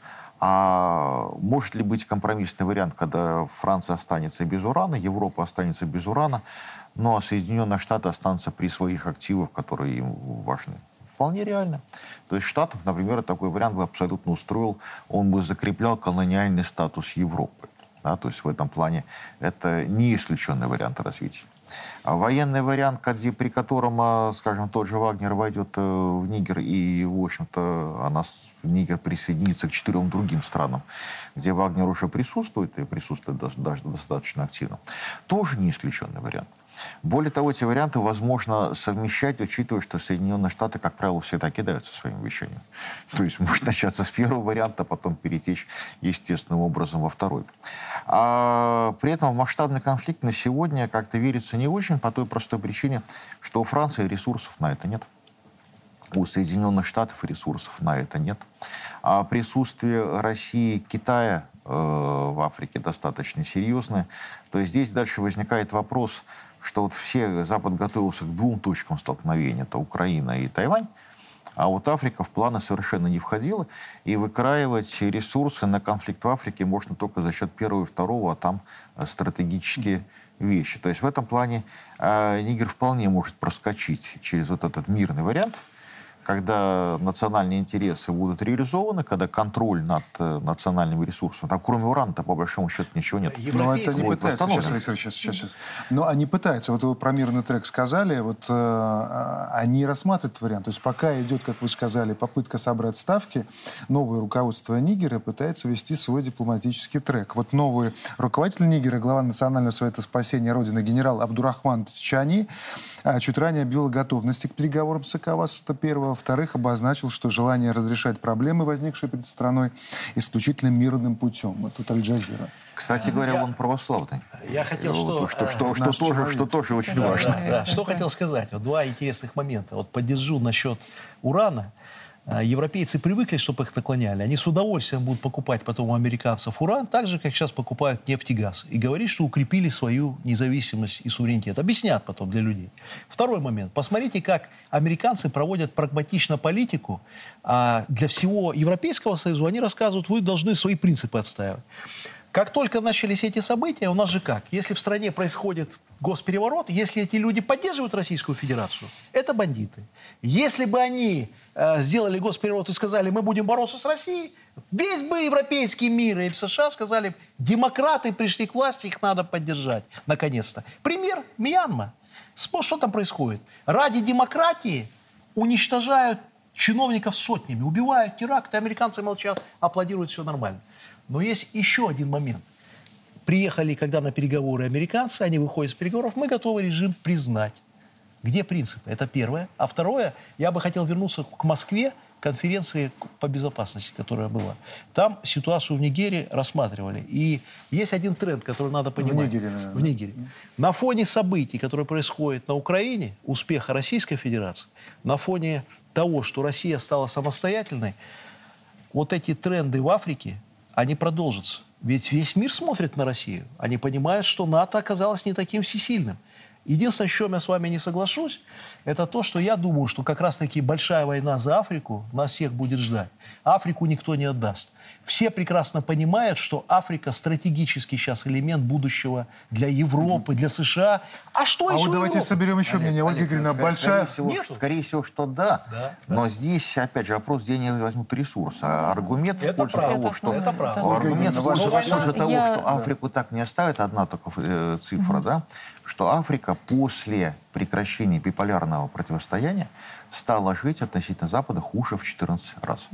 а может ли быть компромиссный вариант, когда Франция останется без урана, Европа останется без урана, ну а Соединенные Штаты останутся при своих активах, которые им важны? Вполне реально. То есть Штатов, например, такой вариант бы абсолютно устроил, он бы закреплял колониальный статус Европы. Да, то есть в этом плане это не исключенный вариант развития. А военный вариант, при котором, скажем, тот же Вагнер войдет в Нигер и, в общем-то, Нигер присоединится к 4 другим странам, где Вагнер уже присутствует, и присутствует даже достаточно активно, тоже не исключенный вариант. Более того, эти варианты возможно совмещать, учитывая, что Соединенные Штаты, как правило, всегда кидаются своим вещанием. То есть может начаться с первого варианта, а потом перетечь естественным образом во второй. А при этом в масштабный конфликт на сегодня как-то верится не очень, по той простой причине, что у Франции ресурсов на это нет. У Соединенных Штатов ресурсов на это нет. А присутствие России, Китая в Африке достаточно серьезное. То есть здесь дальше возникает вопрос, что вот Запад готовился к 2 точкам столкновения, это Украина и Тайвань, а вот Африка в планы совершенно не входила, и выкраивать ресурсы на конфликт в Африке можно только за счет 1 и 2, а там стратегические вещи. То есть в этом плане Нигер вполне может проскочить через вот этот мирный вариант, когда национальные интересы будут реализованы, когда контроль над национальными ресурсами, там кроме урана-то по большому счету ничего нет. Но это не пытаются. Сейчас. Но они пытаются. Вот вы про мирный трек сказали, вот они рассматривают вариант. То есть пока идет, как вы сказали, попытка собрать ставки, новое руководство Нигера пытается вести свой дипломатический трек. Вот новый руководитель Нигера, глава Национального совета спасения Родины генерал Абдурахман Тичани чуть ранее объявил готовности к переговорам с ЭКОВАС, это первое. Во-вторых, обозначил, что желание разрешать проблемы, возникшие перед страной, исключительно мирным путем. Вот тут Аль-Джазира. Кстати говоря, он православный. Я хотел, что тоже очень важно. Что хотел сказать? Вот 2 интересных момента. Вот поддержу насчет урана. Европейцы привыкли, чтобы их наклоняли. Они с удовольствием будут покупать потом у американцев уран, так же, как сейчас покупают нефть и газ. И говорить, что укрепили свою независимость и суверенитет. Объяснят потом для людей. Второй момент. Посмотрите, как американцы проводят прагматично политику. А для всего Европейского Союза они рассказывают, вы должны свои принципы отстаивать. Как только начались эти события, у нас же как? Если в стране происходит госпереворот, если эти люди поддерживают Российскую Федерацию, это бандиты. Если бы они сделали госпереворот и сказали, мы будем бороться с Россией, весь бы европейский мир и США сказали, демократы пришли к власти, их надо поддержать. Наконец-то. Пример Мьянма. Что там происходит? Ради демократии уничтожают чиновников сотнями, убивают, теракты, американцы молчат, аплодируют, все нормально. Но есть еще один момент. Приехали, когда на переговоры американцы, они выходят с переговоров, мы готовы режим признать. Где принципы? Это первое. А второе, я бы хотел вернуться к Москве, конференции по безопасности, которая была. Там ситуацию в Нигерии рассматривали. И есть один тренд, который надо понимать. В Нигерии, наверное. В Нигерии. На фоне событий, которые происходят на Украине, успеха Российской Федерации, на фоне того, что Россия стала самостоятельной, вот эти тренды в Африке, они продолжатся. Ведь весь мир смотрит на Россию. Они понимают, что НАТО оказалось не таким всесильным. Единственное, с чем я с вами не соглашусь, это то, что я думаю, что как раз-таки большая война за Африку нас всех будет ждать. Африку никто не отдаст. Все прекрасно понимают, что Африка стратегический сейчас элемент будущего для Европы, для США. А что еще вот давайте Европа? соберем еще мнение. Ольга Игоревна, большая... Скорее всего, что да. Но здесь, опять же, вопрос, где они возьмут ресурс. А аргумент в пользу того, что... Это правда. Аргумент в пользу того, Я- что Африку так не оставит, одна только цифра, да, что Африка после прекращения биполярного противостояния стала жить относительно Запада хуже в 14 раз.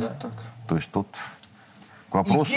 То есть тут... К вопросу,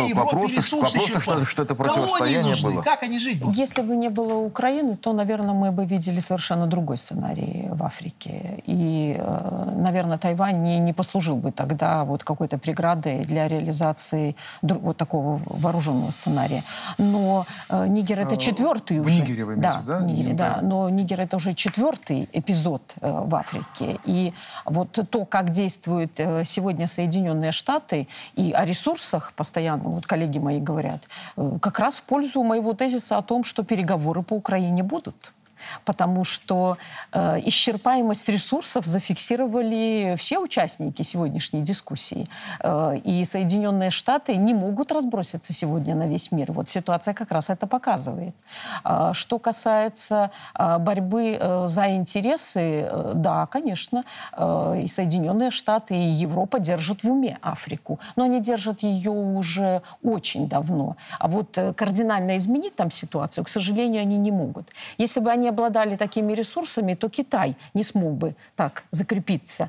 что это противостояние было. Как они жить будут? Если бы не было Украины, то, наверное, мы бы видели совершенно другой сценарий в Африке. И, наверное, Тайвань не послужил бы тогда вот какой-то преградой для реализации вот такого вооруженного сценария. Но Нигер — это четвертый уже. В Нигере вы имеете, да? В Нигере, да. Но Нигер — это уже четвертый эпизод в Африке. И вот то, как действуют сегодня Соединенные Штаты, и о ресурсах постоянно, вот коллеги мои говорят, как раз в пользу моего тезиса о том, что переговоры по Украине будут. Потому что исчерпаемость ресурсов зафиксировали все участники сегодняшней дискуссии. И Соединенные Штаты не могут разброситься сегодня на весь мир. Вот ситуация как раз это показывает. Что касается борьбы за интересы, да, конечно, и Соединенные Штаты, и Европа держат в уме Африку. Но они держат ее уже очень давно. А вот кардинально изменить там ситуацию, к сожалению, они не могут. Если бы они обладали такими ресурсами, то Китай не смог бы так закрепиться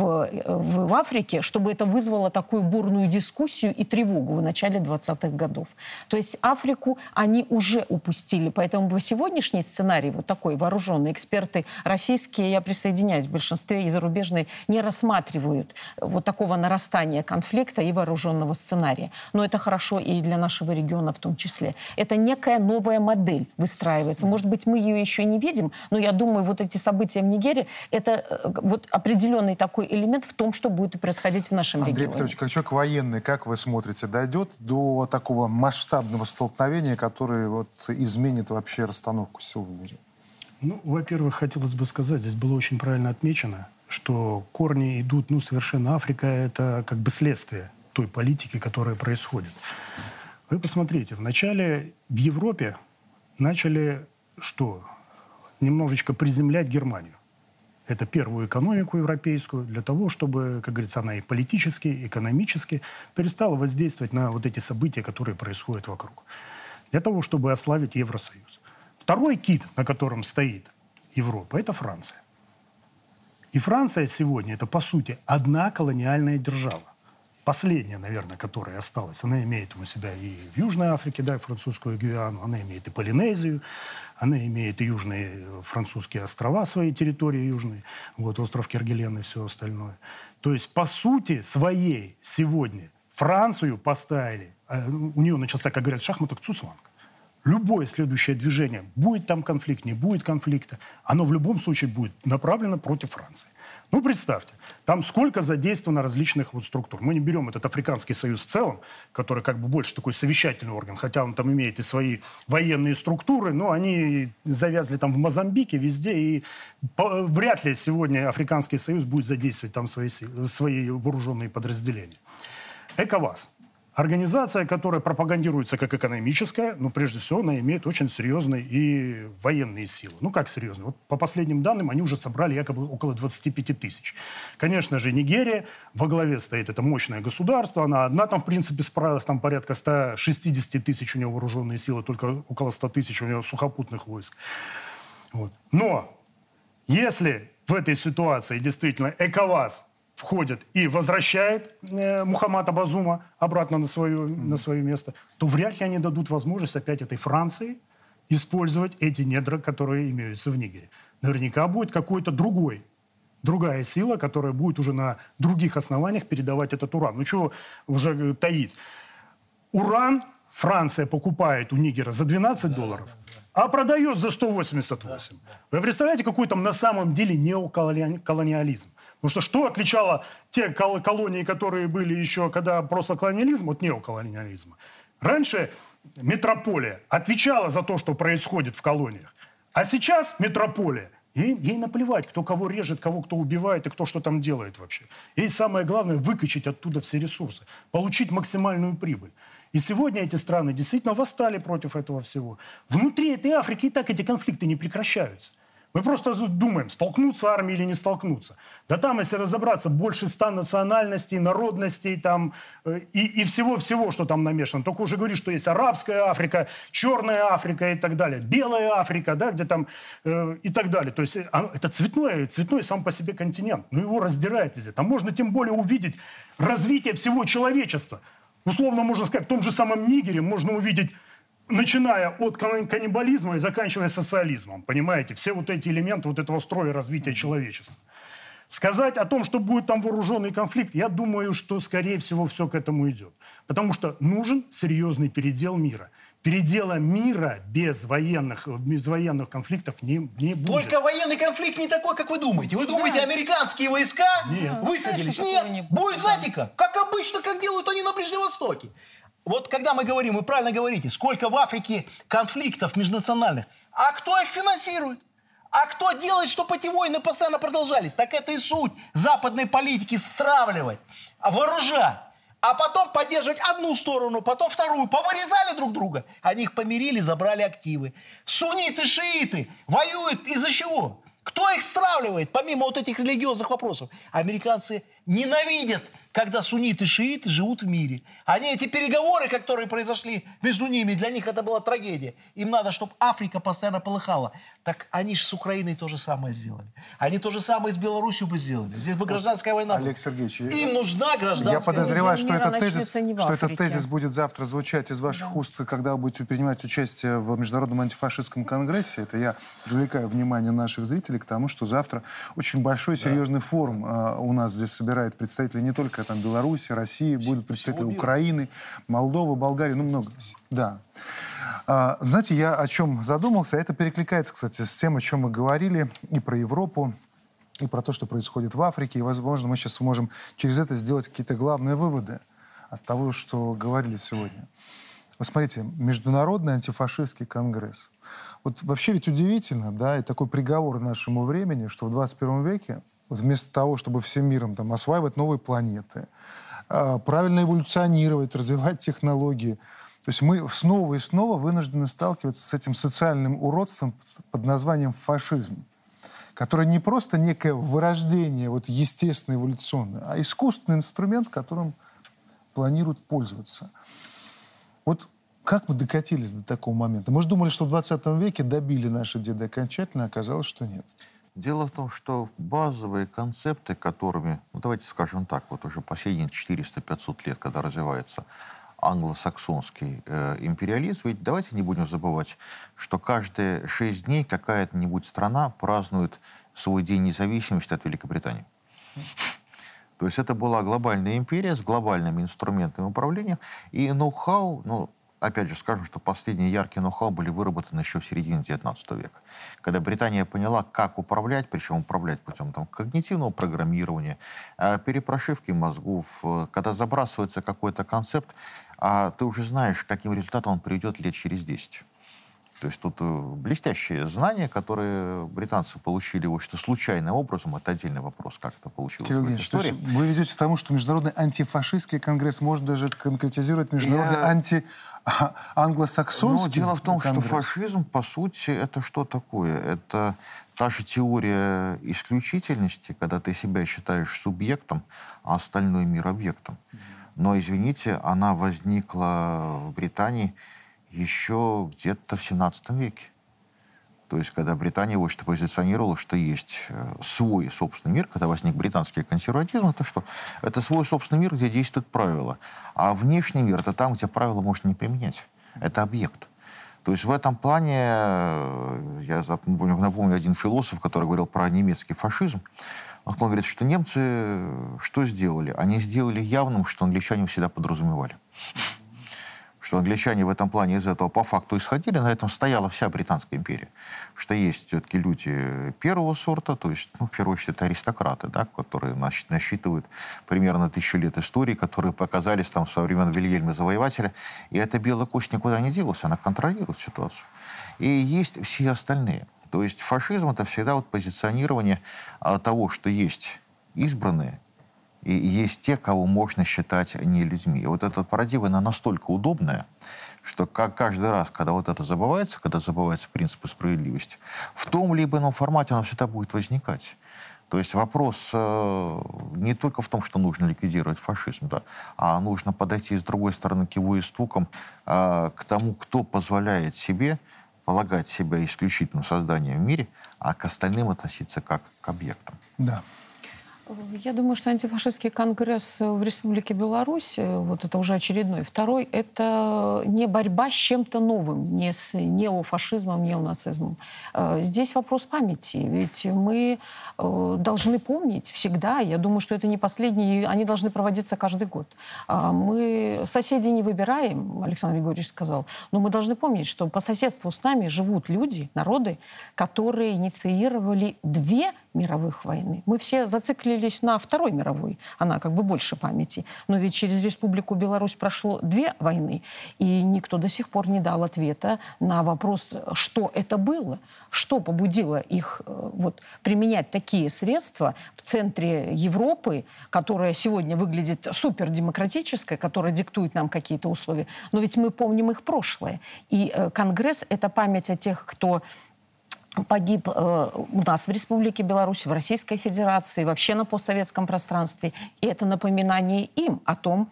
в Африке, чтобы это вызвало такую бурную дискуссию и тревогу в начале 20-х годов. То есть Африку они уже упустили. Поэтому в сегодняшний сценарий, вот такой вооруженный, эксперты российские, я присоединяюсь, в большинстве и зарубежные, не рассматривают вот такого нарастания конфликта и вооруженного сценария. Но это хорошо и для нашего региона в том числе. Это некая новая модель выстраивается. Может быть, мы ее еще не видим, но я думаю, вот эти события в Нигерии — это вот определенный такой элемент в том, что будет происходить в нашем Андрей регионе. Петрович, как человек военный, как вы смотрите, дойдет до такого масштабного столкновения, которое вот изменит вообще расстановку сил в мире? Ну, во-первых, хотелось бы сказать, здесь было очень правильно отмечено, что корни идут, совершенно Африка — это как бы следствие той политики, которая происходит. Вы посмотрите, вначале в Европе начали что? Немножечко приземлять Германию. Это первую экономику европейскую, для того, чтобы, как говорится, она и политически, и экономически перестала воздействовать на вот эти события, которые происходят вокруг. Для того, чтобы ослабить Евросоюз. Второй кит, на котором стоит Европа, это Франция. И Франция сегодня — это, по сути, одна колониальная держава. Последняя, наверное, которая осталась. Она имеет у себя и в Южной Африке, да, и французскую Гвиану, она имеет и Полинезию, она имеет и южные французские острова, свои территории южные, вот остров Кергелен и все остальное. То есть, по сути своей сегодня Францию поставили, у нее начался, как говорят в шахматах, цуцланг. любое следующее движение, будет там конфликт, не будет конфликта, оно в любом случае будет направлено против Франции. Ну, представьте, там сколько задействовано различных вот структур. Мы не берем этот Африканский союз в целом, который как бы больше такой совещательный орган, хотя он там имеет и свои военные структуры, но они завязли там в Мозамбике, везде, и вряд ли сегодня Африканский союз будет задействовать там свои вооруженные подразделения. ЭКОВАС. Организация, которая пропагандируется как экономическая, но прежде всего она имеет очень серьезные и военные силы. Ну как серьезные? Вот по последним данным они уже собрали якобы около 25 тысяч. Конечно же, Нигерия, во главе стоит это мощное государство, она одна там в принципе справилась, там порядка 160 тысяч у нее вооруженные силы, только около 100 тысяч у нее сухопутных войск. Вот. Но если в этой ситуации действительно ЭКОВАС входит и возвращает Мухаммада Базума обратно на свое место, то вряд ли они дадут возможность опять этой Франции использовать эти недра, которые имеются в Нигере. Наверняка будет какой-то другая сила, которая будет уже на других основаниях передавать этот уран. Ну чего уже таить? Уран Франция покупает у Нигера за $12, а продает за 188. Вы представляете, какой там на самом деле неоколониализм? Потому что отличало те колонии, которые были еще, когда просто колониализм, от неоколониализма? Раньше метрополия отвечала за то, что происходит в колониях. А сейчас метрополия, ей наплевать, кто кого режет, кого кто убивает и кто что там делает вообще. Ей самое главное выкачать оттуда все ресурсы, получить максимальную прибыль. И сегодня эти страны действительно восстали против этого всего. Внутри этой Африки и так эти конфликты не прекращаются. Мы просто думаем, столкнутся армии или не столкнутся. Да там, если разобраться, больше 100 национальностей, народностей там, и всего-всего, что там намешано. Только уже говоришь, что есть арабская Африка, черная Африка и так далее, белая Африка, да, где там и так далее. То есть это цветной сам по себе континент, но его раздирает везде. Там можно тем более увидеть развитие всего человечества. Условно можно сказать, в том же самом Нигере можно увидеть, начиная от каннибализма и заканчивая социализмом, понимаете? Все вот эти элементы вот этого строя развития человечества. Сказать о том, что будет там вооруженный конфликт, я думаю, что, скорее всего, все к этому идет. Потому что нужен серьезный передел мира. Передела мира без военных конфликтов не будет. Только военный конфликт не такой, как вы думаете. Вы думаете, американские войска высадились? Нет, будет, знаете как обычно, как делают они на Ближнем Востоке. Вот когда мы говорим, вы правильно говорите, сколько в Африке конфликтов межнациональных, а кто их финансирует? А кто делает, чтобы эти войны постоянно продолжались? Так это и суть западной политики — стравливать, вооружать, а потом поддерживать одну сторону, потом вторую. Повырезали друг друга, они их помирили, забрали активы. Сунниты, шииты воюют из-за чего? Кто их стравливает, помимо вот этих религиозных вопросов? Американцы ненавидят, когда сунниты и шииты живут в мире. Они эти переговоры, которые произошли между ними, для них это была трагедия. Им надо, чтобы Африка постоянно полыхала. Так они же с Украиной то же самое сделали. Они то же самое с Беларусью бы сделали. Здесь бы гражданская война была. Олег Сергеевич, им нужна гражданская я подозреваю, что война. этот тезис будет завтра звучать из ваших уст, когда вы будете принимать участие в Международном антифашистском конгрессе. Это я привлекаю внимание наших зрителей к тому, что завтра очень большой, серьезный форум у нас здесь собирает представители не только там Беларуси, России, будут представители Украины, Молдовы, Болгарии, ну много. Да. Знаете, я о чем задумался, это перекликается, кстати, с тем, о чем мы говорили и про Европу, и про то, что происходит в Африке, и, возможно, мы сейчас сможем через это сделать какие-то главные выводы от того, что говорили сегодня. Вот смотрите, Международный антифашистский конгресс. Вот вообще ведь удивительно, да, и такой приговор нашему времени, что в 21 веке вместо того, чтобы всем миром там осваивать новые планеты, правильно эволюционировать, развивать технологии, то есть мы снова и снова вынуждены сталкиваться с этим социальным уродством под названием фашизм, которое не просто некое вырождение вот, естественно эволюционное, а искусственный инструмент, которым планируют пользоваться. Вот как мы докатились до такого момента? Мы же думали, что в 20 веке добили наши деды окончательно, а оказалось, что нет. Дело в том, что базовые концепты, которыми, ну, давайте скажем так, вот уже последние 400-500 лет, когда развивается англосаксонский империализм, ведь давайте не будем забывать, что каждые 6 дней какая-нибудь страна празднует свой день независимости от Великобритании. То есть это была глобальная империя с глобальными инструментами управления, и ноу-хау, ну, опять же, скажем, что последние яркие ноу-хау были выработаны еще в середине XIX века, когда Британия поняла, как управлять, причем управлять путем там, когнитивного программирования, перепрошивки мозгов, когда забрасывается какой-то концепт, а ты уже знаешь, к каким результатам он приведет лет через 10. То есть тут блестящие знания, которые британцы получили, в общем-то, случайным образом. Это отдельный вопрос, как это получилось в этой истории. Вы ведете к тому, что Международный антифашистский конгресс может даже конкретизировать Международный англосаксонский дело в том, конгресс. что фашизм, по сути, это что такое? Это та же теория исключительности, когда ты себя считаешь субъектом, а остальной мир объектом. Но, извините, она возникла в Британии еще где-то в 17 веке. То есть, когда Британия, в общем-то, позиционировала, что есть свой собственный мир, когда возник британский консерватизм, это что? Это свой собственный мир, где действуют правила. А внешний мир — это там, где правила можно не применять. Это объект. То есть в этом плане, я напомню один философ, который говорил про немецкий фашизм. Он говорит, что немцы что сделали? Они сделали явным, что англичане всегда подразумевали. Что англичане в этом плане из этого по факту исходили, на этом стояла вся Британская империя. Что есть все-таки люди первого сорта, то есть, в первую очередь, это аристократы, да, которые насчитывают примерно 1000 лет истории, которые показались там со времен Вильгельма Завоевателя. И эта белая кость никуда не делась, она контролирует ситуацию. И есть все остальные. То есть фашизм — это всегда вот позиционирование того, что есть избранные, и есть те, кого можно считать не людьми. И вот эта парадигма, она настолько удобная, что каждый раз, когда вот это забывается, когда забывается принципы справедливости, в том либо ином формате оно всегда будет возникать. То есть вопрос не только в том, что нужно ликвидировать фашизм, да, а нужно подойти с другой стороны к его истокам, к тому, кто позволяет себе полагать себя исключительным созданием в мире, а к остальным относиться как к объектам. Да. Я думаю, что антифашистский конгресс в Республике Беларусь, вот это уже очередной, второй, это не борьба с чем-то новым, не с неофашизмом, неонацизмом. Здесь вопрос памяти. Ведь мы должны помнить всегда, я думаю, что это не последний, они должны проводиться каждый год. Мы соседей не выбираем, Александр Григорьевич сказал, но мы должны помнить, что по соседству с нами живут люди, народы, которые инициировали 2 мировых войны. Мы все зациклились на Второй мировой, она как бы больше памяти. Но ведь через Республику Беларусь прошло 2 войны, и никто до сих пор не дал ответа на вопрос, что это было, что побудило их применять такие средства в центре Европы, которая сегодня выглядит супердемократической, которая диктует нам какие-то условия. Но ведь мы помним их прошлое. И Конгресс — это память о тех, кто погиб у нас в Республике Беларусь, в Российской Федерации, вообще на постсоветском пространстве. И это напоминание им о том,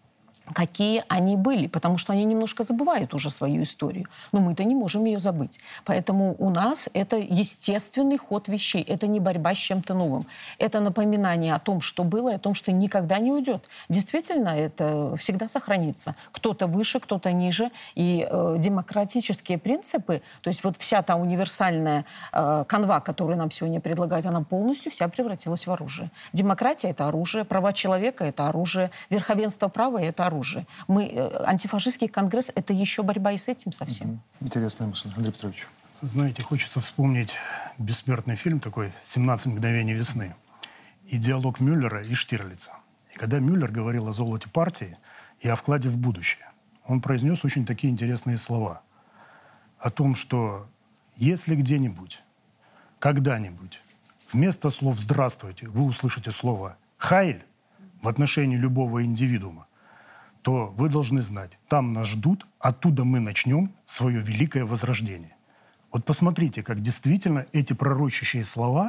какие они были, потому что они немножко забывают уже свою историю. Но мы-то не можем ее забыть. Поэтому у нас это естественный ход вещей. Это не борьба с чем-то новым. Это напоминание о том, что было, и о том, что никогда не уйдет. Действительно, это всегда сохранится. Кто-то выше, кто-то ниже. И демократические принципы, то есть вот вся та универсальная канва, которую нам сегодня предлагают, она полностью вся превратилась в оружие. Демократия — это оружие, права человека — это оружие, верховенство права — это оружие. Антифашистский конгресс — это еще борьба и с этим совсем. Интересная мысль, Андрей Петрович. Знаете, хочется вспомнить бессмертный фильм такой «17 мгновений весны» и диалог Мюллера и Штирлица. И когда Мюллер говорил о золоте партии и о вкладе в будущее, он произнес очень такие интересные слова о том, что если где-нибудь, когда-нибудь вместо слов «здравствуйте» вы услышите слово «хайль» в отношении любого индивидуума, то вы должны знать, там нас ждут, оттуда мы начнем свое великое возрождение. Вот посмотрите, как действительно эти пророчащие слова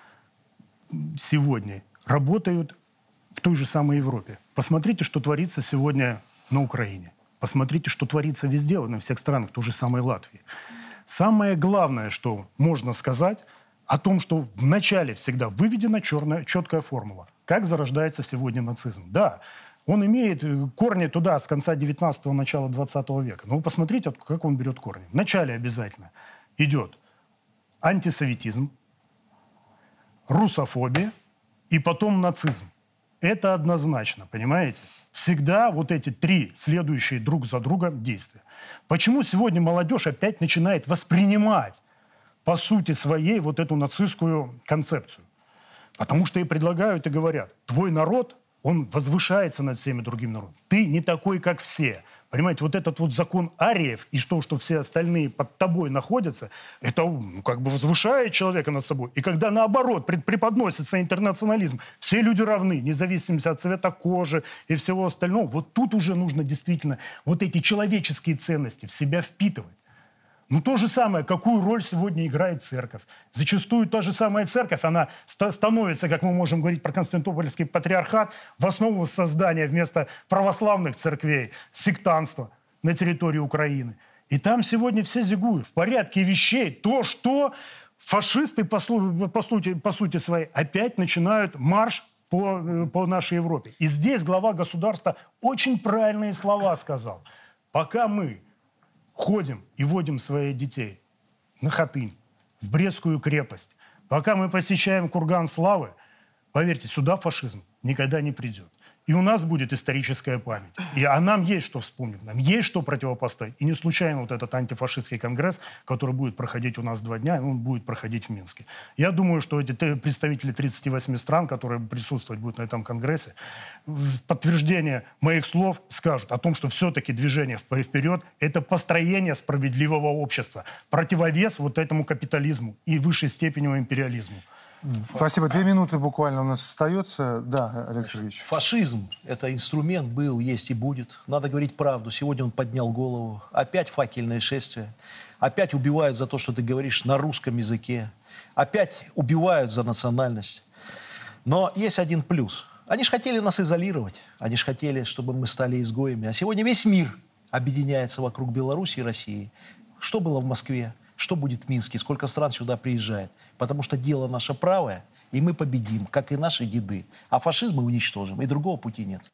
сегодня работают в той же самой Европе. Посмотрите, что творится сегодня на Украине. Посмотрите, что творится везде, на всех странах, в той же самой Латвии. Самое главное, что можно сказать, о том, что в начале всегда выведена четкая формула. Как зарождается сегодня нацизм? Да, он имеет корни туда, с конца 19-го, начала 20 века. Но вы посмотрите, как он берет корни. В начале обязательно идет антисоветизм, русофобия и потом нацизм. Это однозначно, понимаете? Всегда вот эти три следующие друг за другом действия. Почему сегодня молодежь опять начинает воспринимать по сути своей вот эту нацистскую концепцию? Потому что и предлагают, и говорят, твой народ, он возвышается над всеми другими народами. Ты не такой, как все. Понимаете, вот этот вот закон ариев и что все остальные под тобой находятся, это как бы возвышает человека над собой. И когда наоборот преподносится интернационализм, все люди равны, независимо от цвета кожи и всего остального, вот тут уже нужно действительно вот эти человеческие ценности в себя впитывать. Ну, то же самое, какую роль сегодня играет церковь. Зачастую та же самая церковь, она становится, как мы можем говорить про Константинопольский патриархат, в основу создания вместо православных церквей сектантства на территории Украины. И там сегодня все зигуют. В порядке вещей то, что фашисты, по сути своей, опять начинают марш по нашей Европе. И здесь глава государства очень правильные слова сказал. Пока мы ходим и водим своих детей на Хатынь, в Брестскую крепость, пока мы посещаем Курган Славы, поверьте, сюда фашизм никогда не придет. И у нас будет историческая память. А нам есть что вспомнить, нам есть что противопоставить. И не случайно вот этот антифашистский конгресс, который будет проходить у нас 2 дня, он будет проходить в Минске. Я думаю, что эти представители 38 стран, которые присутствовать будут на этом конгрессе, в подтверждение моих слов скажут о том, что все-таки движение вперед – это построение справедливого общества, противовес вот этому капитализму и высшей степени империализму. Спасибо. 2 минуты буквально у нас остается. Да, Олег Сергеевич. Фашизм – это инструмент, был, есть и будет. Надо говорить правду. Сегодня он поднял голову. Опять факельное шествие. Опять убивают за то, что ты говоришь на русском языке. Опять убивают за национальность. Но есть один плюс. Они же хотели нас изолировать. Они же хотели, чтобы мы стали изгоями. А сегодня весь мир объединяется вокруг Беларуси и России. Что было в Москве? Что будет в Минске? Сколько стран сюда приезжает? Потому что дело наше правое, и мы победим, как и наши деды. А фашизм мы уничтожим, и другого пути нет.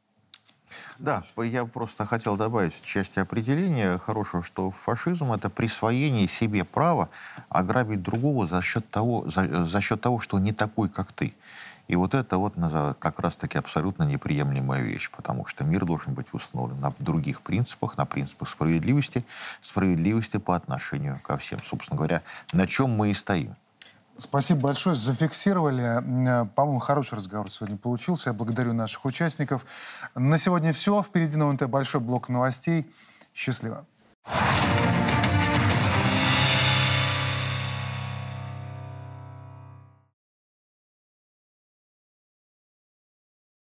Да, я просто хотел добавить в части определения хорошего, что фашизм — это присвоение себе права ограбить другого за счет того, что не такой, как ты. И вот это вот как раз-таки абсолютно неприемлемая вещь, потому что мир должен быть установлен на других принципах, на принципах справедливости по отношению ко всем. Собственно говоря, на чем мы и стоим. Спасибо большое, зафиксировали. По-моему, хороший разговор сегодня получился. Я благодарю наших участников. На сегодня все. Впереди на ОНТ большой блок новостей. Счастливо.